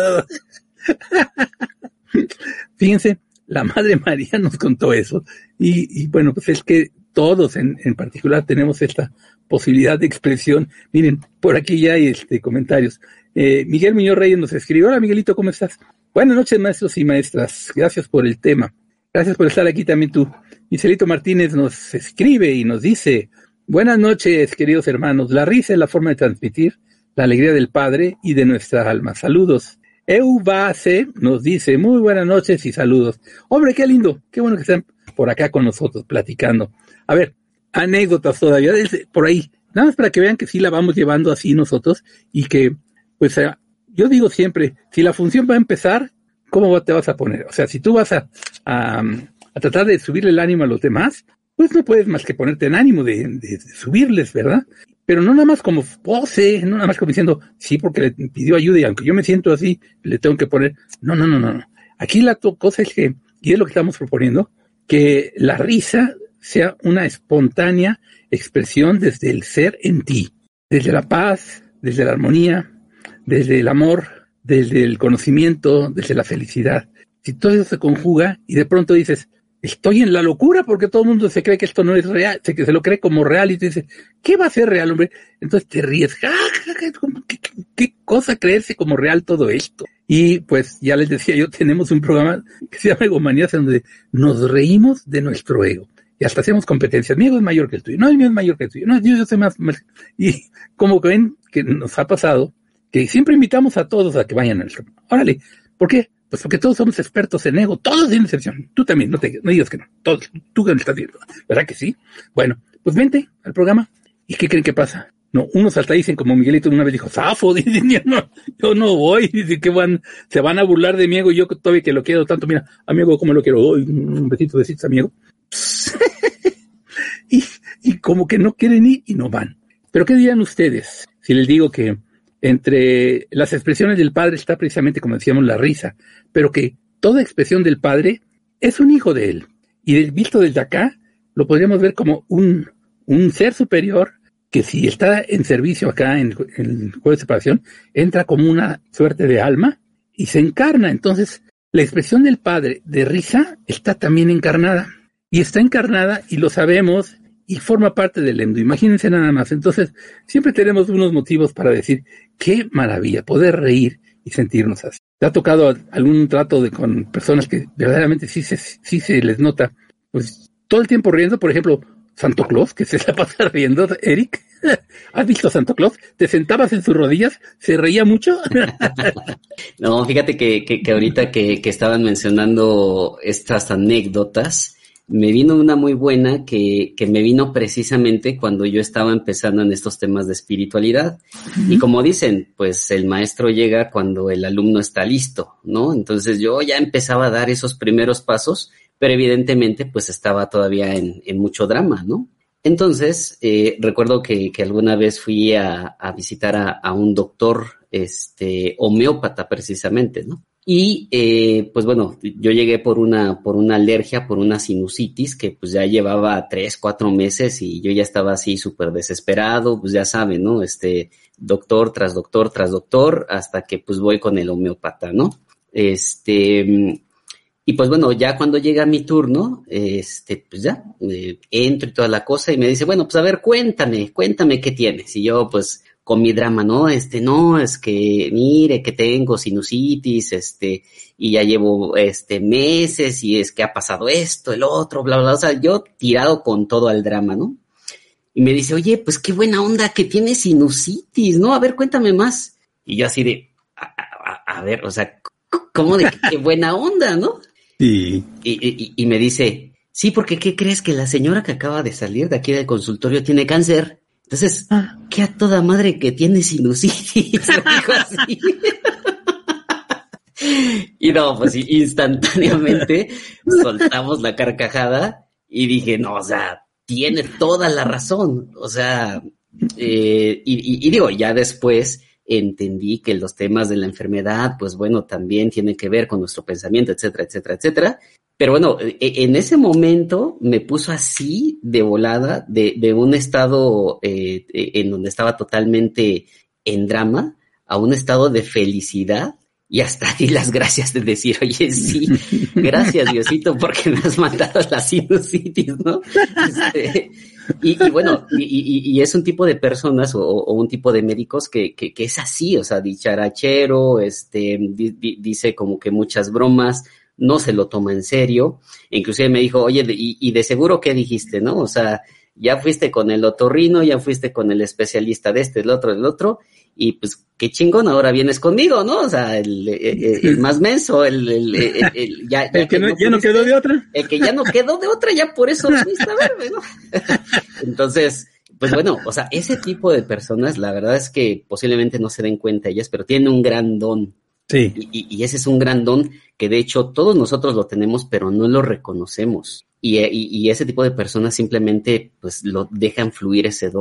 fíjense, la Madre María nos contó eso. Y, y bueno, pues es que todos en, en particular tenemos esta posibilidad de expresión. Miren, por aquí ya hay este comentarios. Eh, Miguel Muñoz Reyes nos escribe, hola Miguelito, ¿cómo estás? Buenas noches, maestros y maestras. Gracias por el tema. Gracias por estar aquí también tú. Iselito Martínez nos escribe y nos dice, buenas noches, queridos hermanos. La risa es la forma de transmitir la alegría del Padre y de nuestra alma. Saludos. Eubase nos dice, muy buenas noches y saludos. Hombre, qué lindo, qué bueno que están por acá con nosotros platicando. A ver, anécdotas todavía, por ahí. Nada más para que vean que sí la vamos llevando así nosotros y que, pues, yo digo siempre, si la función va a empezar, ¿cómo te vas a poner? O sea, si tú vas a, a, a tratar de subirle el ánimo a los demás, pues no puedes más que ponerte en ánimo de, de, de subirles, ¿verdad? pero no nada más como pose, no nada más como diciendo, sí, porque le pidió ayuda y aunque yo me siento así, le tengo que poner, no, no, no, no. Aquí la to- cosa es que, y es lo que estamos proponiendo, que la risa sea una espontánea expresión desde el ser en ti, desde la paz, desde la armonía, desde el amor, desde el conocimiento, desde la felicidad. Si todo eso se conjuga y de pronto dices, estoy en la locura porque todo el mundo se cree que esto no es real, se, que se lo cree como real y te dice, ¿qué va a ser real, hombre? Entonces te ríes, ¿qué, qué, qué cosa creerse como real todo esto? Y pues ya les decía yo, tenemos un programa que se llama Egomanías en donde nos reímos de nuestro ego y hasta hacemos competencias. Mi ego es mayor que el tuyo, no, el mío es mayor que el tuyo, no, yo, yo soy más, más. Y como que ven que nos ha pasado, que siempre invitamos a todos a que vayan al show. Órale, ¿por qué? Pues porque todos somos expertos en ego, todos sin excepción. Tú también, no te no digas que no, todos, tú que me estás viendo, ¿verdad que sí? Bueno, pues vente al programa. ¿Y qué creen que pasa? No, unos hasta dicen, como Miguelito una vez dijo, zafo, dicen, yo no, yo no voy, dicen que van, se van a burlar de mi ego, y yo todavía que lo quiero tanto, mira, amigo, ¿cómo lo quiero hoy? Un besito, besitos, amigo. y, y como que no quieren ir y no van. Pero ¿qué dirían ustedes si les digo que entre las expresiones del Padre está precisamente, como decíamos, la risa, pero que toda expresión del Padre es un hijo de Él? Y del, visto desde acá, lo podríamos ver como un, un ser superior que si está en servicio acá en, en el juego de separación, entra como una suerte de alma y se encarna. Entonces, la expresión del Padre de risa está también encarnada. Y está encarnada y lo sabemos y forma parte del endo. Imagínense nada más. Entonces, siempre tenemos unos motivos para decir, qué maravilla poder reír y sentirnos así. ¿Te ha tocado algún trato de con personas que verdaderamente sí se, sí se les nota, pues, todo el tiempo riendo? Por ejemplo, Santo Claus, que se la pasa riendo, Eric. ¿Has visto a Santo Claus? ¿Te sentabas en sus rodillas? ¿Se reía mucho? No, fíjate que, que, que ahorita que, que estaban mencionando estas anécdotas, me vino una muy buena que, que me vino precisamente cuando yo estaba empezando en estos temas de espiritualidad. Uh-huh. Y como dicen, pues el maestro llega cuando el alumno está listo, ¿no? Entonces yo ya empezaba a dar esos primeros pasos, pero evidentemente pues estaba todavía en, en mucho drama, ¿no? Entonces, eh, recuerdo que, que alguna vez fui a, a visitar a, a un doctor, este, homeópata precisamente, ¿no? Y, eh, pues bueno, yo llegué por una, por una alergia, por una sinusitis que pues ya llevaba tres, cuatro meses y yo ya estaba así súper desesperado, pues ya saben, ¿no? Este, doctor tras doctor tras doctor, hasta que pues voy con el homeópata, ¿no? Este, y pues bueno, ya cuando llega mi turno, este, pues ya, eh, entro y toda la cosa y me dice, bueno, pues a ver, cuéntame, cuéntame qué tienes. Y yo pues con mi drama, ¿no? Este, no, es que mire que tengo sinusitis, este, y ya llevo, este, meses y es que ha pasado esto, el otro, bla, bla, o sea, yo tirado con todo al drama, ¿no? Y me dice, oye, pues qué buena onda que tienes sinusitis, ¿no? A ver, cuéntame más. Y yo así de, a, a, a ver, o sea, ¿cómo de qué buena onda, no? Sí. Y, y, y me dice, sí, porque ¿qué crees? Que la señora que acaba de salir de aquí del consultorio tiene cáncer. Entonces, ah. ¿qué a toda madre que tiene sinusitis? Me dijo así. Y no, pues instantáneamente soltamos la carcajada y dije, no, o sea, tiene toda la razón. O sea, eh, y, y, y digo, ya después entendí que los temas de la enfermedad, pues bueno, también tienen que ver con nuestro pensamiento, etcétera, etcétera, etcétera. Pero bueno, en ese momento me puso así de volada, de, de un estado eh, en donde estaba totalmente en drama, a un estado de felicidad, y hasta di las gracias de decir, oye, sí, gracias Diosito porque me has mandado la sinusitis, ¿no? Este, y, y bueno, y, y, y es un tipo de personas o, o un tipo de médicos que, que, que es así, o sea, dicharachero, este, di, di, dice como que muchas bromas, no se lo toma en serio, inclusive me dijo, oye, y, y de seguro ¿qué dijiste, no? O sea, ya fuiste con el otorrino, ya fuiste con el especialista de este, el otro, el otro, y pues qué chingón, ahora vienes conmigo, ¿no? O sea, el, el, el más menso, el, el, el, el, el ya, ya el que, que no, no ya no quedó de otra. El que ya no quedó de otra, ya por eso viniste a verme, ¿no? Entonces, pues bueno, o sea, ese tipo de personas, la verdad es que posiblemente no se den cuenta ellas, pero tienen un gran don. Sí. Y, y ese es un gran don que de hecho todos nosotros lo tenemos, pero no lo reconocemos. Y, y, y ese tipo de personas simplemente pues lo dejan fluir ese don.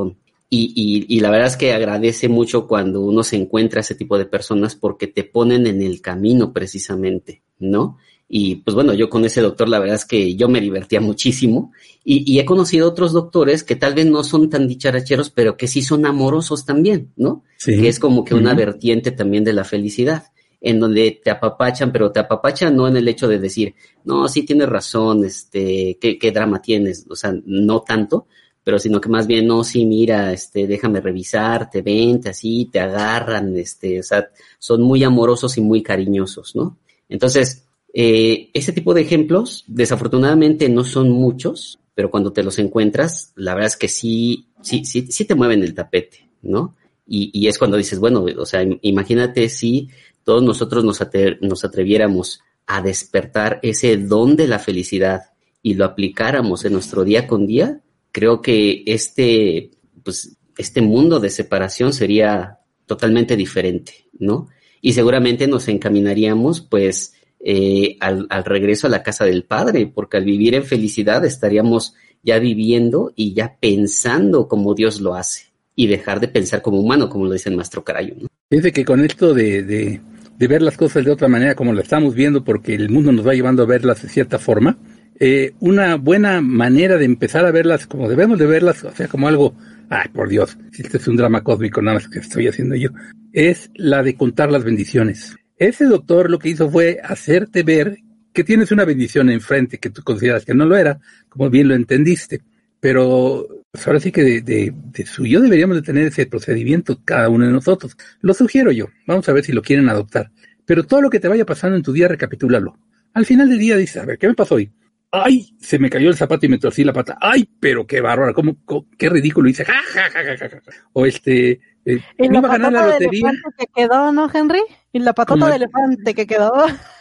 Y, y, y la verdad es que agradece mucho cuando uno se encuentra ese tipo de personas porque te ponen en el camino precisamente, ¿no? Y pues bueno, yo con ese doctor la verdad es que yo me divertía muchísimo y, y he conocido otros doctores que tal vez no son tan dicharacheros, pero que sí son amorosos también, ¿no? Sí. Que es como que una uh-huh. vertiente también de la felicidad, en donde te apapachan, pero te apapachan no en el hecho de decir, no, sí tienes razón, este, qué, qué drama tienes, o sea, no tanto, pero sino que más bien, no, sí, mira, este, déjame revisar, te ven, te así, te agarran, este, o sea, son muy amorosos y muy cariñosos, ¿no? Entonces, eh, ese tipo de ejemplos, desafortunadamente no son muchos, pero cuando te los encuentras, la verdad es que sí, sí, sí, sí te mueven el tapete, ¿no? Y, y es cuando dices, bueno, o sea, imagínate si todos nosotros nos, atre- nos atreviéramos a despertar ese don de la felicidad y lo aplicáramos en nuestro día con día. Creo que este, pues, este mundo de separación sería totalmente diferente, ¿no? Y seguramente nos encaminaríamos, pues, eh, al, al regreso a la casa del Padre, porque al vivir en felicidad estaríamos ya viviendo y ya pensando como Dios lo hace, y dejar de pensar como humano, como lo dice el maestro Carayo, ¿no? Fíjate que con esto de, de, de ver las cosas de otra manera, como lo estamos viendo, porque el mundo nos va llevando a verlas de cierta forma, Eh, una buena manera de empezar a verlas como debemos de verlas, o sea, como algo, ay, por Dios, si este es un drama cósmico, nada más que estoy haciendo yo, es la de contar las bendiciones. Ese doctor lo que hizo fue hacerte ver que tienes una bendición enfrente que tú consideras que no lo era, como bien lo entendiste, pero pues ahora sí que de, de, de suyo deberíamos de tener ese procedimiento cada uno de nosotros. Lo sugiero yo, vamos a ver si lo quieren adoptar, pero todo lo que te vaya pasando en tu día, recapitúlalo. Al final del día dices, a ver, ¿qué me pasó hoy? ¡Ay! Se me cayó el zapato y me torcí la pata. ¡Ay! Pero qué bárbaro, cómo, cómo qué ridículo hice. ¡Ja, ja, ja, ja, ja! O este, eh, y me la iba a ganar la patata de lotería. elefante que quedó, ¿no, Henry? Y la patata de elefante que quedó.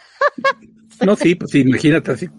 No, sí, pues sí, imagínate así.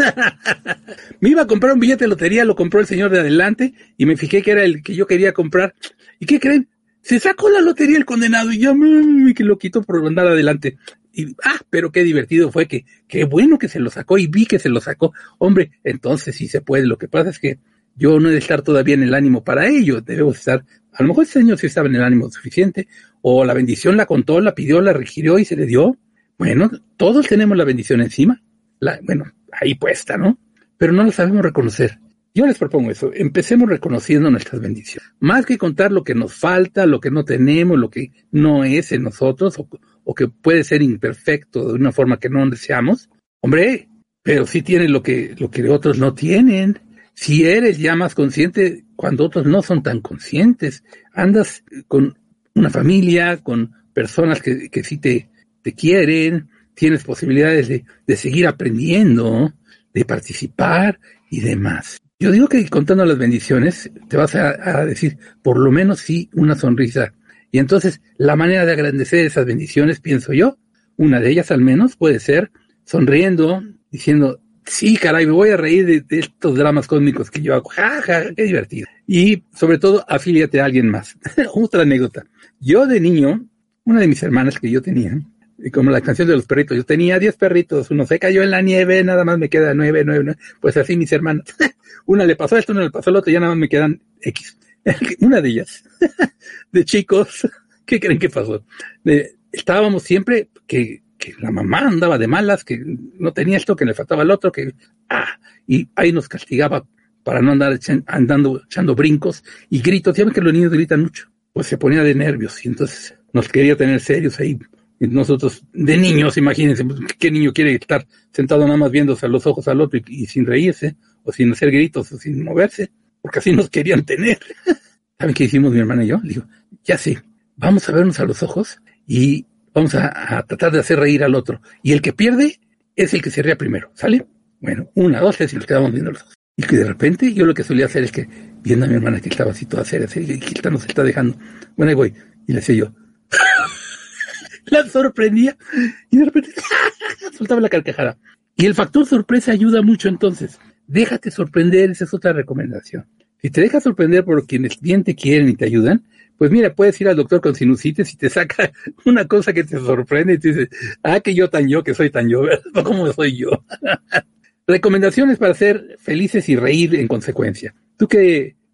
Me iba a comprar un billete de lotería, lo compró el señor de adelante y me fijé que era el que yo quería comprar. ¿Y qué creen? Se sacó la lotería el condenado y ya me que lo quitó por andar adelante. Y, ah, pero qué divertido fue, que qué bueno que se lo sacó y vi que se lo sacó. Hombre, entonces sí se puede. Lo que pasa es que yo no he de estar todavía en el ánimo para ello. Debemos estar, a lo mejor ese señor sí estaba en el ánimo suficiente, o la bendición la contó, la pidió, la requirió y se le dio. Bueno, todos tenemos la bendición encima. La, bueno, ahí puesta, ¿no? Pero no la sabemos reconocer. Yo les propongo eso, empecemos reconociendo nuestras bendiciones. Más que contar lo que nos falta, lo que no tenemos, lo que no es en nosotros, o, o que puede ser imperfecto de una forma que no deseamos. Hombre, pero sí tienes lo que, lo que otros no tienen. Si eres ya más consciente cuando otros no son tan conscientes, andas con una familia, con personas que, que sí te, te quieren, tienes posibilidades de, de seguir aprendiendo, de participar y demás. Yo digo que contando las bendiciones te vas a, a decir, por lo menos sí, una sonrisa. Y entonces la manera de agradecer esas bendiciones, pienso yo, una de ellas al menos puede ser sonriendo, diciendo, sí, caray, me voy a reír de, de estos dramas cósmicos que yo hago. Ja, ja, qué divertido. Y sobre todo, afíliate a alguien más. Otra anécdota. Yo de niño, una de mis hermanas que yo tenía, como la canción de los perritos, yo tenía diez perritos, uno se cayó en la nieve, nada más me queda nueve, nueve, nueve. Pues así mis hermanas. Una le pasó esto, una le pasó el otro, ya nada más me quedan X. Una de ellas, de chicos, ¿qué creen que pasó? De, estábamos siempre que, que la mamá andaba de malas, que no tenía esto, que le faltaba el otro, que, ah, y ahí nos castigaba para no andar echen, andando, echando brincos y gritos. Ya ven que los niños gritan mucho. Pues se ponía de nervios y entonces nos quería tener serios ahí. Y nosotros, de niños, imagínense, ¿qué niño quiere estar sentado nada más viéndose a los ojos al otro y, y sin reírse, o sin hacer gritos, o sin moverse? Porque así nos querían tener. ¿Saben qué hicimos mi hermana y yo? Le digo, ya sé, vamos a vernos a los ojos y vamos a, a tratar de hacer reír al otro. Y el que pierde es el que se ría primero, ¿sale? Bueno, una, dos, tres, y nos quedamos viendo los ojos. Y que de repente yo lo que solía hacer es que, viendo a mi hermana que estaba así toda seria, y que esta nos está dejando, bueno, ahí voy, y le decía yo, la sorprendía, y de repente soltaba la carcajada. Y el factor sorpresa ayuda mucho entonces. Déjate sorprender, esa es otra recomendación. Si te dejas sorprender por quienes bien te quieren y te ayudan, pues mira, puedes ir al doctor con sinusitis y te saca una cosa que te sorprende y te dice, ah, que yo tan yo, que soy tan yo, ¿verdad? ¿Cómo soy yo? Recomendaciones para ser felices y reír en consecuencia. ¿Tú qué,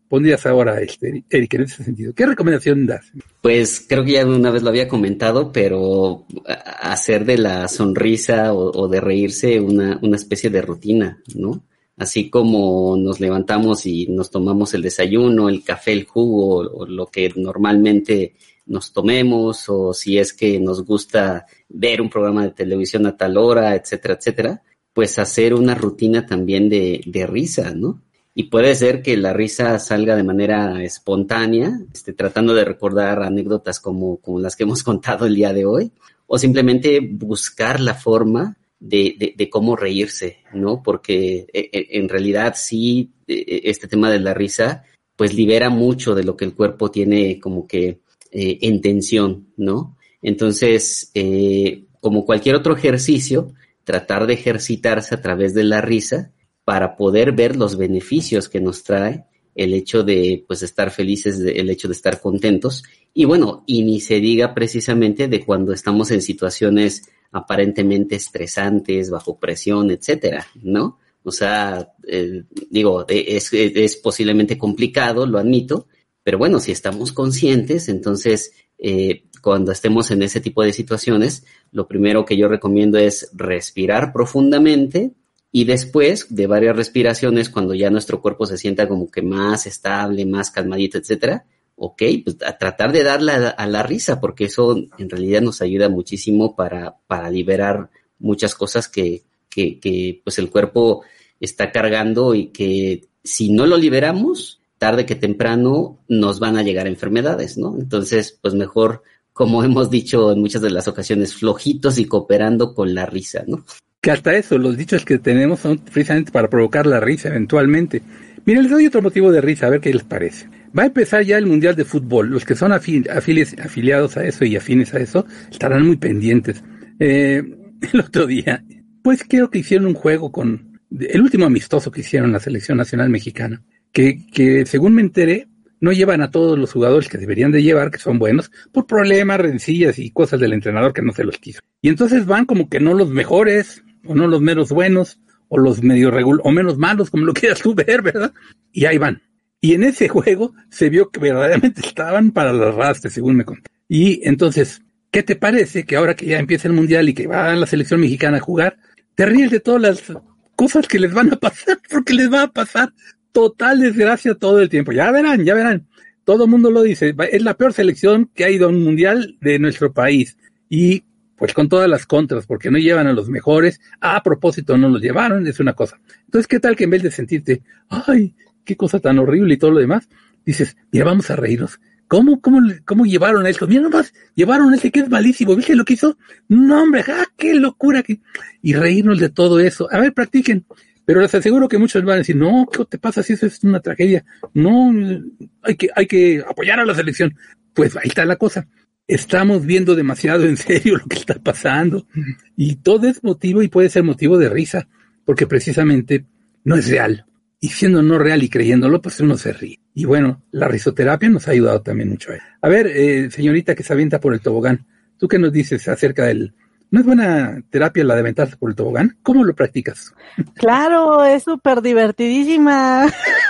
pondrías ahora, este, Eric, en ese sentido? ¿Qué recomendación das? Pues creo que ya una vez lo había comentado, pero hacer de la sonrisa o, o de reírse una, una especie de rutina, ¿no? Así como nos levantamos y nos tomamos el desayuno, el café, el jugo, o lo que normalmente nos tomemos, o si es que nos gusta ver un programa de televisión a tal hora, etcétera, etcétera, pues hacer una rutina también de, de risa, ¿no? Y puede ser que la risa salga de manera espontánea, este, tratando de recordar anécdotas como, como las que hemos contado el día de hoy, o simplemente buscar la forma de, de, de cómo reírse, ¿no? Porque eh, en realidad sí, eh, este tema de la risa, pues libera mucho de lo que el cuerpo tiene como que eh, en tensión, ¿no? Entonces, eh, como cualquier otro ejercicio, tratar de ejercitarse a través de la risa para poder ver los beneficios que nos trae el hecho de, pues, estar felices, de, el hecho de estar contentos. Y bueno, y ni se diga precisamente de cuando estamos en situaciones aparentemente estresantes, bajo presión, etcétera, ¿no? O sea, eh, digo, es, es posiblemente complicado, lo admito, pero bueno, si estamos conscientes, entonces, eh, cuando estemos en ese tipo de situaciones, lo primero que yo recomiendo es respirar profundamente y después de varias respiraciones, cuando ya nuestro cuerpo se sienta como que más estable, más calmadito, etcétera, ok, pues a tratar de darle a, a la risa, porque eso en realidad nos ayuda muchísimo para, para liberar muchas cosas que, que, que pues el cuerpo está cargando y que si no lo liberamos, tarde que temprano nos van a llegar enfermedades, ¿no? Entonces, pues mejor, como hemos dicho en muchas de las ocasiones, flojitos y cooperando con la risa, ¿no? Que hasta eso, los dichos que tenemos son precisamente para provocar la risa eventualmente. Miren, les doy otro motivo de risa, a ver qué les parece. Va a empezar ya el Mundial de Fútbol. Los que son afili- afili- afiliados a eso y afines a eso estarán muy pendientes. Eh, el otro día, pues creo que hicieron un juego con el último amistoso que hicieron la Selección Nacional Mexicana, que, que según me enteré, no llevan a todos los jugadores que deberían de llevar, que son buenos, por problemas, rencillas y cosas del entrenador que no se los quiso. Y entonces van como que no los mejores, o no los menos buenos, o los medio regul- o menos malos, como lo quieras tú ver, ¿verdad? Y ahí van. Y en ese juego se vio que verdaderamente estaban para las rastas, según me conté. Y entonces, ¿qué te parece que ahora que ya empieza el Mundial y que va la selección mexicana a jugar, te ríes de todas las cosas que les van a pasar? Porque les va a pasar total desgracia todo el tiempo. Ya verán, ya verán. Todo el mundo lo dice. Es la peor selección que ha ido a un Mundial de nuestro país. Y pues con todas las contras, porque no llevan a los mejores, a propósito no los llevaron, es una cosa. Entonces, ¿qué tal que en vez de sentirte, ay, qué cosa tan horrible y todo lo demás, dices, mira, vamos a reírnos? ¿Cómo, cómo, cómo llevaron a esto? Mira nomás, llevaron a ese que es malísimo, ¿viste lo que hizo? No, hombre, ¡ah, qué locura! Que... Y reírnos de todo eso. A ver, practiquen. Pero les aseguro que muchos van a decir, no, ¿qué te pasa si eso es una tragedia? No, hay que, hay que apoyar a la selección. Pues ahí está la cosa. Estamos viendo demasiado en serio lo que está pasando y todo es motivo y puede ser motivo de risa porque precisamente no es real y siendo no real y creyéndolo pues uno se ríe y bueno, la risoterapia nos ha ayudado también mucho a él. A ver, eh, señorita que se avienta por el tobogán, ¿tú qué nos dices acerca del... ¿No es buena terapia la de aventarse por el tobogán? ¿Cómo lo practicas? Claro, es súper divertidísima.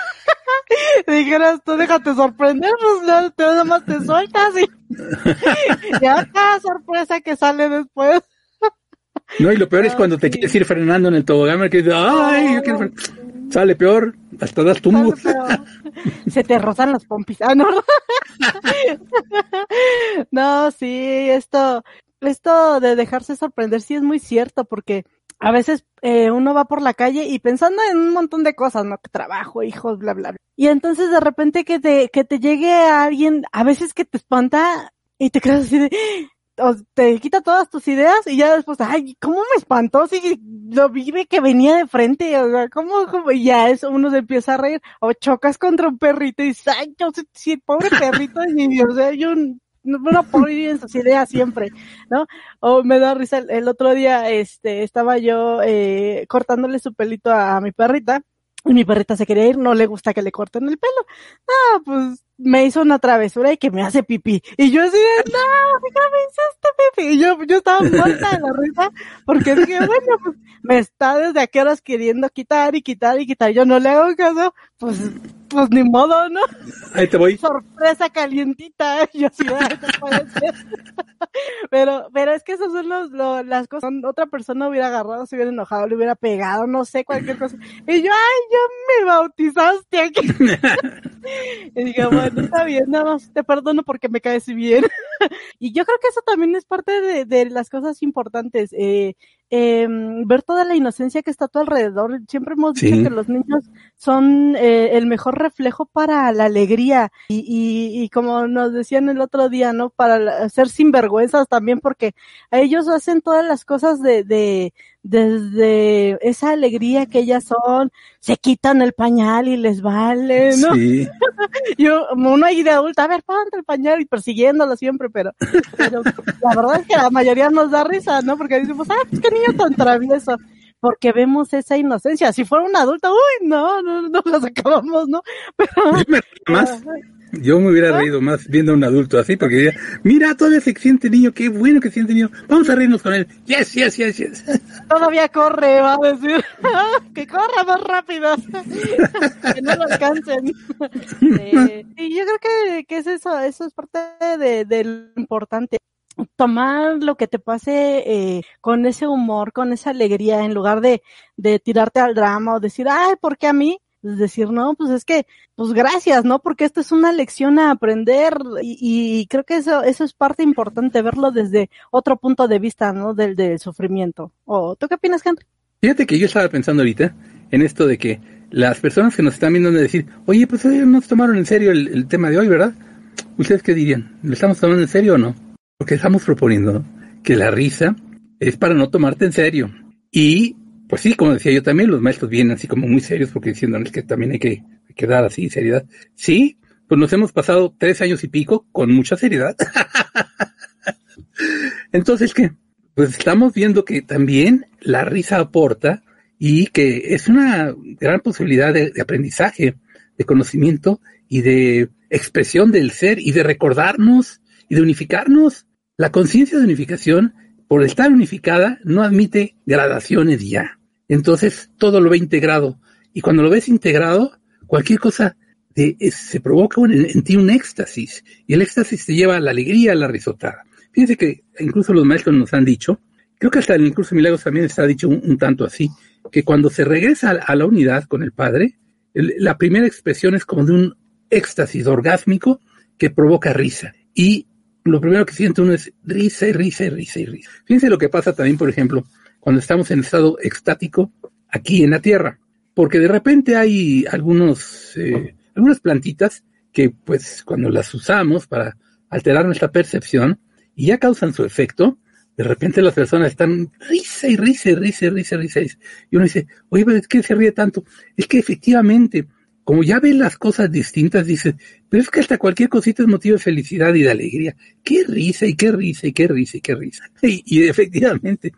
Dijeras, tú déjate sorprender, pues no, te, nada más te sueltas y ya cada sorpresa que sale después. No, y lo peor no, es cuando sí. te quieres ir frenando en el tobogán, que dices, ay, yo quiero fren-". Sale peor, hasta das tumbos. Se te rozan las pompis. Ah, no. No, sí, esto, esto de dejarse sorprender sí es muy cierto, porque a veces eh, uno va por la calle y pensando en un montón de cosas, ¿no? Trabajo, hijos, bla, bla, bla. Y entonces de repente que te, que te llegue a alguien, a veces que te espanta y te quedas así de, o te quita todas tus ideas y ya después, ay, ¿cómo me espantó? Si lo vi que venía de frente, o sea, ¿cómo, cómo? Y ya eso uno se empieza a reír, o chocas contra un perrito y dices, ay, yo, si el pobre perrito, y, o sea, yo, no puedo ir en sus ideas siempre, ¿no? O me da risa, el, el otro día, este, estaba yo, eh, cortándole su pelito a, a mi perrita, y mi perrita se quería ir, no le gusta que le corten el pelo. Ah, pues, me hizo una travesura y que me hace pipí. Y yo así de, no, déjame hiciste pipí. Y yo, yo estaba muerta de la risa porque dije, bueno, pues me está desde aquí horas queriendo quitar y quitar y quitar. Yo no le hago caso, pues, pues ni modo, ¿no? Ahí te voy. Sorpresa calientita. Yo sí, no puede ser. Pero, pero es que esas son los, lo, las cosas. Otra persona hubiera agarrado, se hubiera enojado, le hubiera pegado, no sé, cualquier cosa. Y yo, ay, ya me bautizaste aquí. Y dije, bueno, está bien, nada más te perdono porque me caes bien. Y yo creo que eso también es parte de, de las cosas importantes. Eh, eh, ver toda la inocencia que está a tu alrededor. Siempre hemos dicho sí. que los niños son eh, el mejor reflejo para la alegría y, y, y como nos decían el otro día, ¿no? Para ser sinvergüenzas también, porque a ellos hacen todas las cosas de, de desde esa alegría que ellas son, se quitan el pañal y les vale, ¿no? Sí. Yo, uno ahí de adulta, a ver, ponte el pañal y persiguiéndolo siempre, pero, pero la verdad es que la mayoría nos da risa, ¿no? Porque decimos, ah, pues qué niño tan travieso, porque vemos esa inocencia. Si fuera un adulto, uy, no, no, no la acabamos, ¿no? Pero, yo me más, yo me hubiera reído más viendo a un adulto así, porque diría, mira, todavía se siente niño, qué bueno que siente niño, vamos a reírnos con él, yes, yes, yes, yes. Todavía corre, va a decir, que corra más rápido, que no lo alcancen. Eh, y yo creo que, que es eso, eso es parte de, de lo importante. Tomar lo que te pase eh, con ese humor, con esa alegría, en lugar de, de tirarte al drama o decir, ay, ¿por qué a mí? Es decir, no, pues es que, pues gracias, ¿no? Porque esto es una lección a aprender y, y creo que eso eso es parte importante, verlo desde otro punto de vista, ¿no? Del, del sufrimiento. ¿O tú qué opinas, Henry? Fíjate que yo estaba pensando ahorita en esto de que las personas que nos están viendo de decir, oye, pues ellos no tomaron en serio el, el tema de hoy, ¿verdad? ¿Ustedes qué dirían? ¿Lo estamos tomando en serio o no? Porque estamos proponiendo, ¿no?, que la risa es para no tomarte en serio. Y pues sí, como decía yo también, los maestros vienen así como muy serios porque diciéndoles que también hay que, hay que dar así seriedad. Sí, pues nos hemos pasado tres años y pico con mucha seriedad. Entonces, ¿qué? Pues estamos viendo que también la risa aporta y que es una gran posibilidad de, de aprendizaje, de conocimiento y de expresión del ser y de recordarnos y de unificarnos. La conciencia de unificación, por estar unificada, no admite gradaciones ya. Entonces, todo lo ve integrado. Y cuando lo ves integrado, cualquier cosa de, es, se provoca en, en ti un éxtasis. Y el éxtasis te lleva a la alegría, a la risotada. Fíjense que incluso los maestros nos han dicho, creo que hasta en el curso de Milagros también está dicho un, un tanto así, que cuando se regresa a, a la unidad con el Padre, el, la primera expresión es como de un éxtasis orgásmico que provoca risa. Y lo primero que siente uno es risa y risa y risa y risa. Fíjense lo que pasa también, por ejemplo, cuando estamos en estado extático aquí en la Tierra, porque de repente hay algunos, eh, algunas plantitas que pues cuando las usamos para alterar nuestra percepción y ya causan su efecto, de repente las personas están risa y risa y risa y risa y risa. Y uno dice, oye, pero es que se ríe tanto. Es que efectivamente, como ya ves las cosas distintas, dices, pero es que hasta cualquier cosita es motivo de felicidad y de alegría. Qué risa y qué risa y qué risa y qué risa. Y, y efectivamente,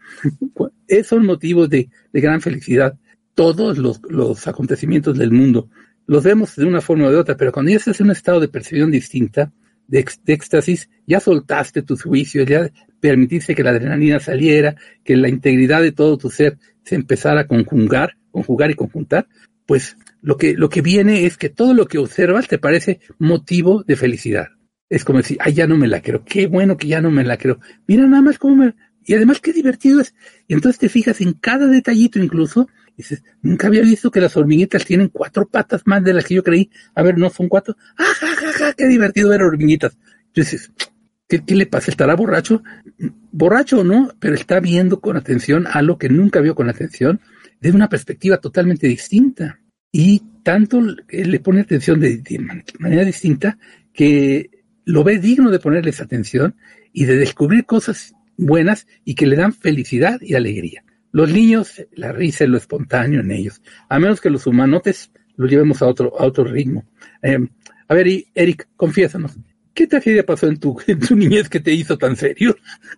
son motivos de, de gran felicidad. Todos los, los acontecimientos del mundo los vemos de una forma o de otra, pero cuando ya estás en un estado de percepción distinta, de, de éxtasis, ya soltaste tus juicios, ya permitiste que la adrenalina saliera, que la integridad de todo tu ser se empezara a conjugar, conjugar y conjuntar, pues lo que, lo que viene es que todo lo que observas te parece motivo de felicidad. Es como decir, ay, ya no me la creo, qué bueno que ya no me la creo. Mira nada más cómo me, y además qué divertido es. Y entonces te fijas en cada detallito incluso, y dices, nunca había visto que las hormiguitas tienen cuatro patas más de las que yo creí. A ver, no son cuatro. ¡Ah, ja, ja, ja! Qué divertido ver hormiguitas. Entonces, ¿qué, qué le pasa? ¿Estará borracho? Borracho o no, pero está viendo con atención algo que nunca vio con atención, desde una perspectiva totalmente distinta. Y tanto le pone atención de, de manera distinta que lo ve digno de ponerles atención y de descubrir cosas buenas y que le dan felicidad y alegría. Los niños, la risa es lo espontáneo en ellos, a menos que los humanotes los llevemos a otro, a otro ritmo. Eh, a ver, Eric, confiésanos, ¿qué tragedia pasó en tu, en tu niñez que te hizo tan serio?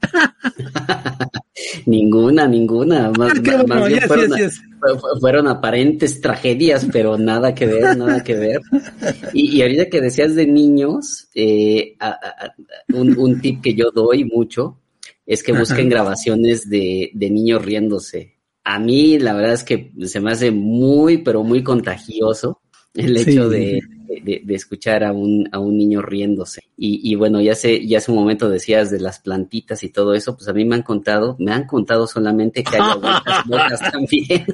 Ninguna, ninguna. Más, Ah, qué bueno, más bien yes, fueron, yes, yes. fu- fueron aparentes tragedias, pero nada que ver, nada que ver. Y, y ahorita que decías de niños, eh, a- a- a- un, un tip que yo doy mucho es que busquen grabaciones de, de niños riéndose. A mí, la verdad es que se me hace muy, pero muy contagioso el hecho Sí. de, de, de escuchar a un, a un niño riéndose. Y, y bueno, ya hace, ya hace un momento decías de las plantitas y todo eso, pues a mí me han contado, me han contado solamente que hay agüitas locas también.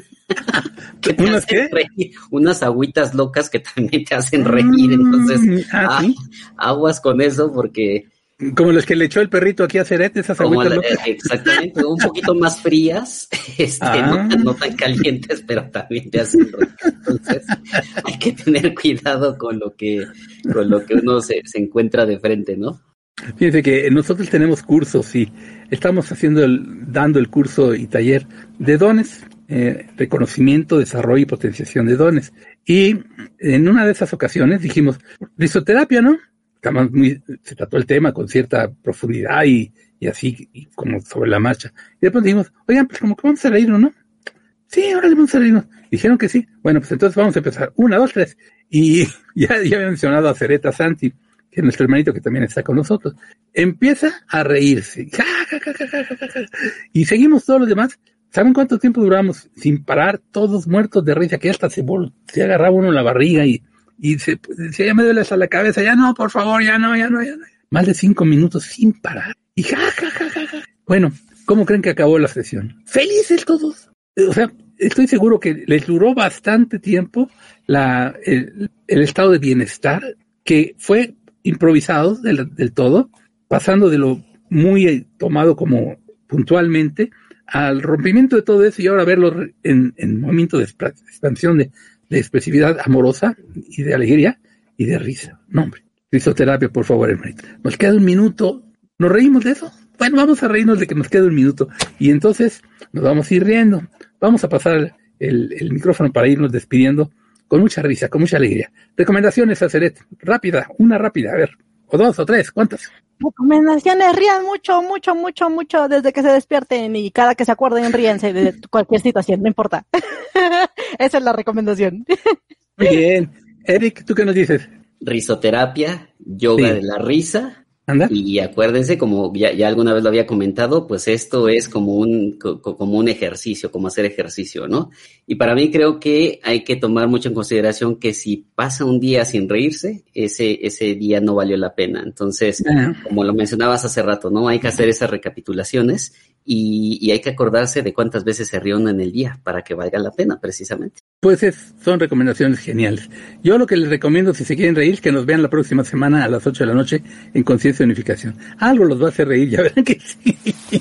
que te ¿Unas hacen qué? reír, unas agüitas locas que también te hacen reír. Entonces, Mm, ah, ah, ¿sí? aguas con eso porque Como los que le echó el perrito aquí a Ceret, esas como agüitas la- locas. eh, exactamente, un poquito más frías, este, Ah. no, tan- no tan calientes, pero también te hacen reír. Entonces, hay que tener cuidado con lo que, con lo que uno se, se encuentra de frente, ¿no? Fíjense que nosotros tenemos cursos y estamos haciendo el, dando el curso y taller de dones, eh, reconocimiento, desarrollo y potenciación de dones. Y en una de esas ocasiones dijimos, risoterapia, ¿no? Estamos muy, se trató el tema con cierta profundidad y, y así, y como sobre la marcha. Y después dijimos, oigan, pues como que vamos a reírnos, ¿no? Sí, ahora le vamos a reírnos. Dijeron que sí. Bueno, pues entonces vamos a empezar. Una, dos, tres. Y ya, ya había mencionado a Cereta Santi, que es nuestro hermanito que también está con nosotros. Empieza a reírse. Ja, ja, ja, ja, ja, ja, ja. Y seguimos todos los demás. ¿Saben cuánto tiempo duramos sin parar, todos muertos de risa? Que hasta se, vol- se agarraba uno en la barriga y, y se decía, ya me duele hasta la cabeza. Ya no, por favor, ya no, ya no, ya no. Más de cinco minutos sin parar. Y ja, ja, ja, ja, ja. Bueno, ¿cómo creen que acabó la sesión? ¡Felices todos! O sea, estoy seguro que les duró bastante tiempo la, el, el estado de bienestar que fue improvisado del, del todo, pasando de lo muy tomado como puntualmente al rompimiento de todo eso y ahora verlo en, en momento de expansión de, de expresividad amorosa y de alegría y de risa. No, hombre. Risoterapia, por favor, hermanito. Nos queda un minuto. ¿Nos reímos de eso? Bueno, vamos a reírnos de que nos queda un minuto. Y entonces nos vamos a ir riendo. Vamos a pasar el, el micrófono para irnos despidiendo con mucha risa, con mucha alegría. Recomendaciones, Aceret. Rápida, una rápida, a ver. O dos, o tres, ¿cuántas? Recomendaciones, rían mucho, mucho, mucho, mucho desde que se despierten y cada que se acuerden ríense de cualquier situación, no importa. Esa es la recomendación. Muy bien. Eric, ¿tú qué nos dices? Risoterapia, yoga Sí. de la risa. ¿Anda? Y acuérdense, como ya, ya alguna vez lo había comentado, pues esto es como un, co- como un ejercicio, como hacer ejercicio, ¿no? Y para mí creo que hay que tomar mucho en consideración que si pasa un día sin reírse, ese, ese día no valió la pena. Entonces, Ah. como lo mencionabas hace rato, ¿no? Hay que hacer esas recapitulaciones y, y hay que acordarse de cuántas veces se rió uno en el día para que valga la pena, precisamente. Pues es, son recomendaciones geniales. Yo lo que les recomiendo, si se quieren reír, es que nos vean la próxima semana a las ocho de la noche en Conciencia de Unificación. Algo los va a hacer reír, ya verán que sí.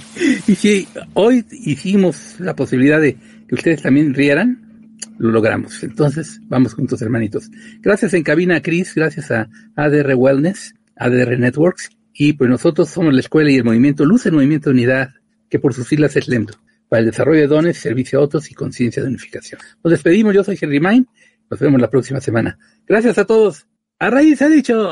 Y si hoy hicimos la posibilidad de que ustedes también rieran, lo logramos. Entonces, vamos juntos, hermanitos. Gracias en cabina a Chris, gracias a A D R Wellness, A D R Networks, y pues nosotros somos la escuela y el movimiento Luz, el movimiento de unidad, que por sus siglas es LEMDO, para el desarrollo de dones, servicio a otros y conciencia de unificación. Nos despedimos, yo soy Henry Main, nos vemos la próxima semana. Gracias a todos. ¡A raíz, ha dicho!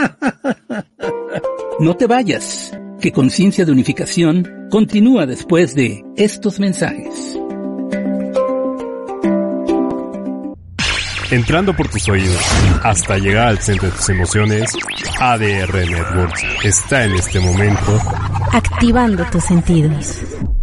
No te vayas, que Conciencia de Unificación continúa después de estos mensajes. Entrando por tus oídos hasta llegar al centro de tus emociones, A D R Networks está en este momento Activando tus sentidos.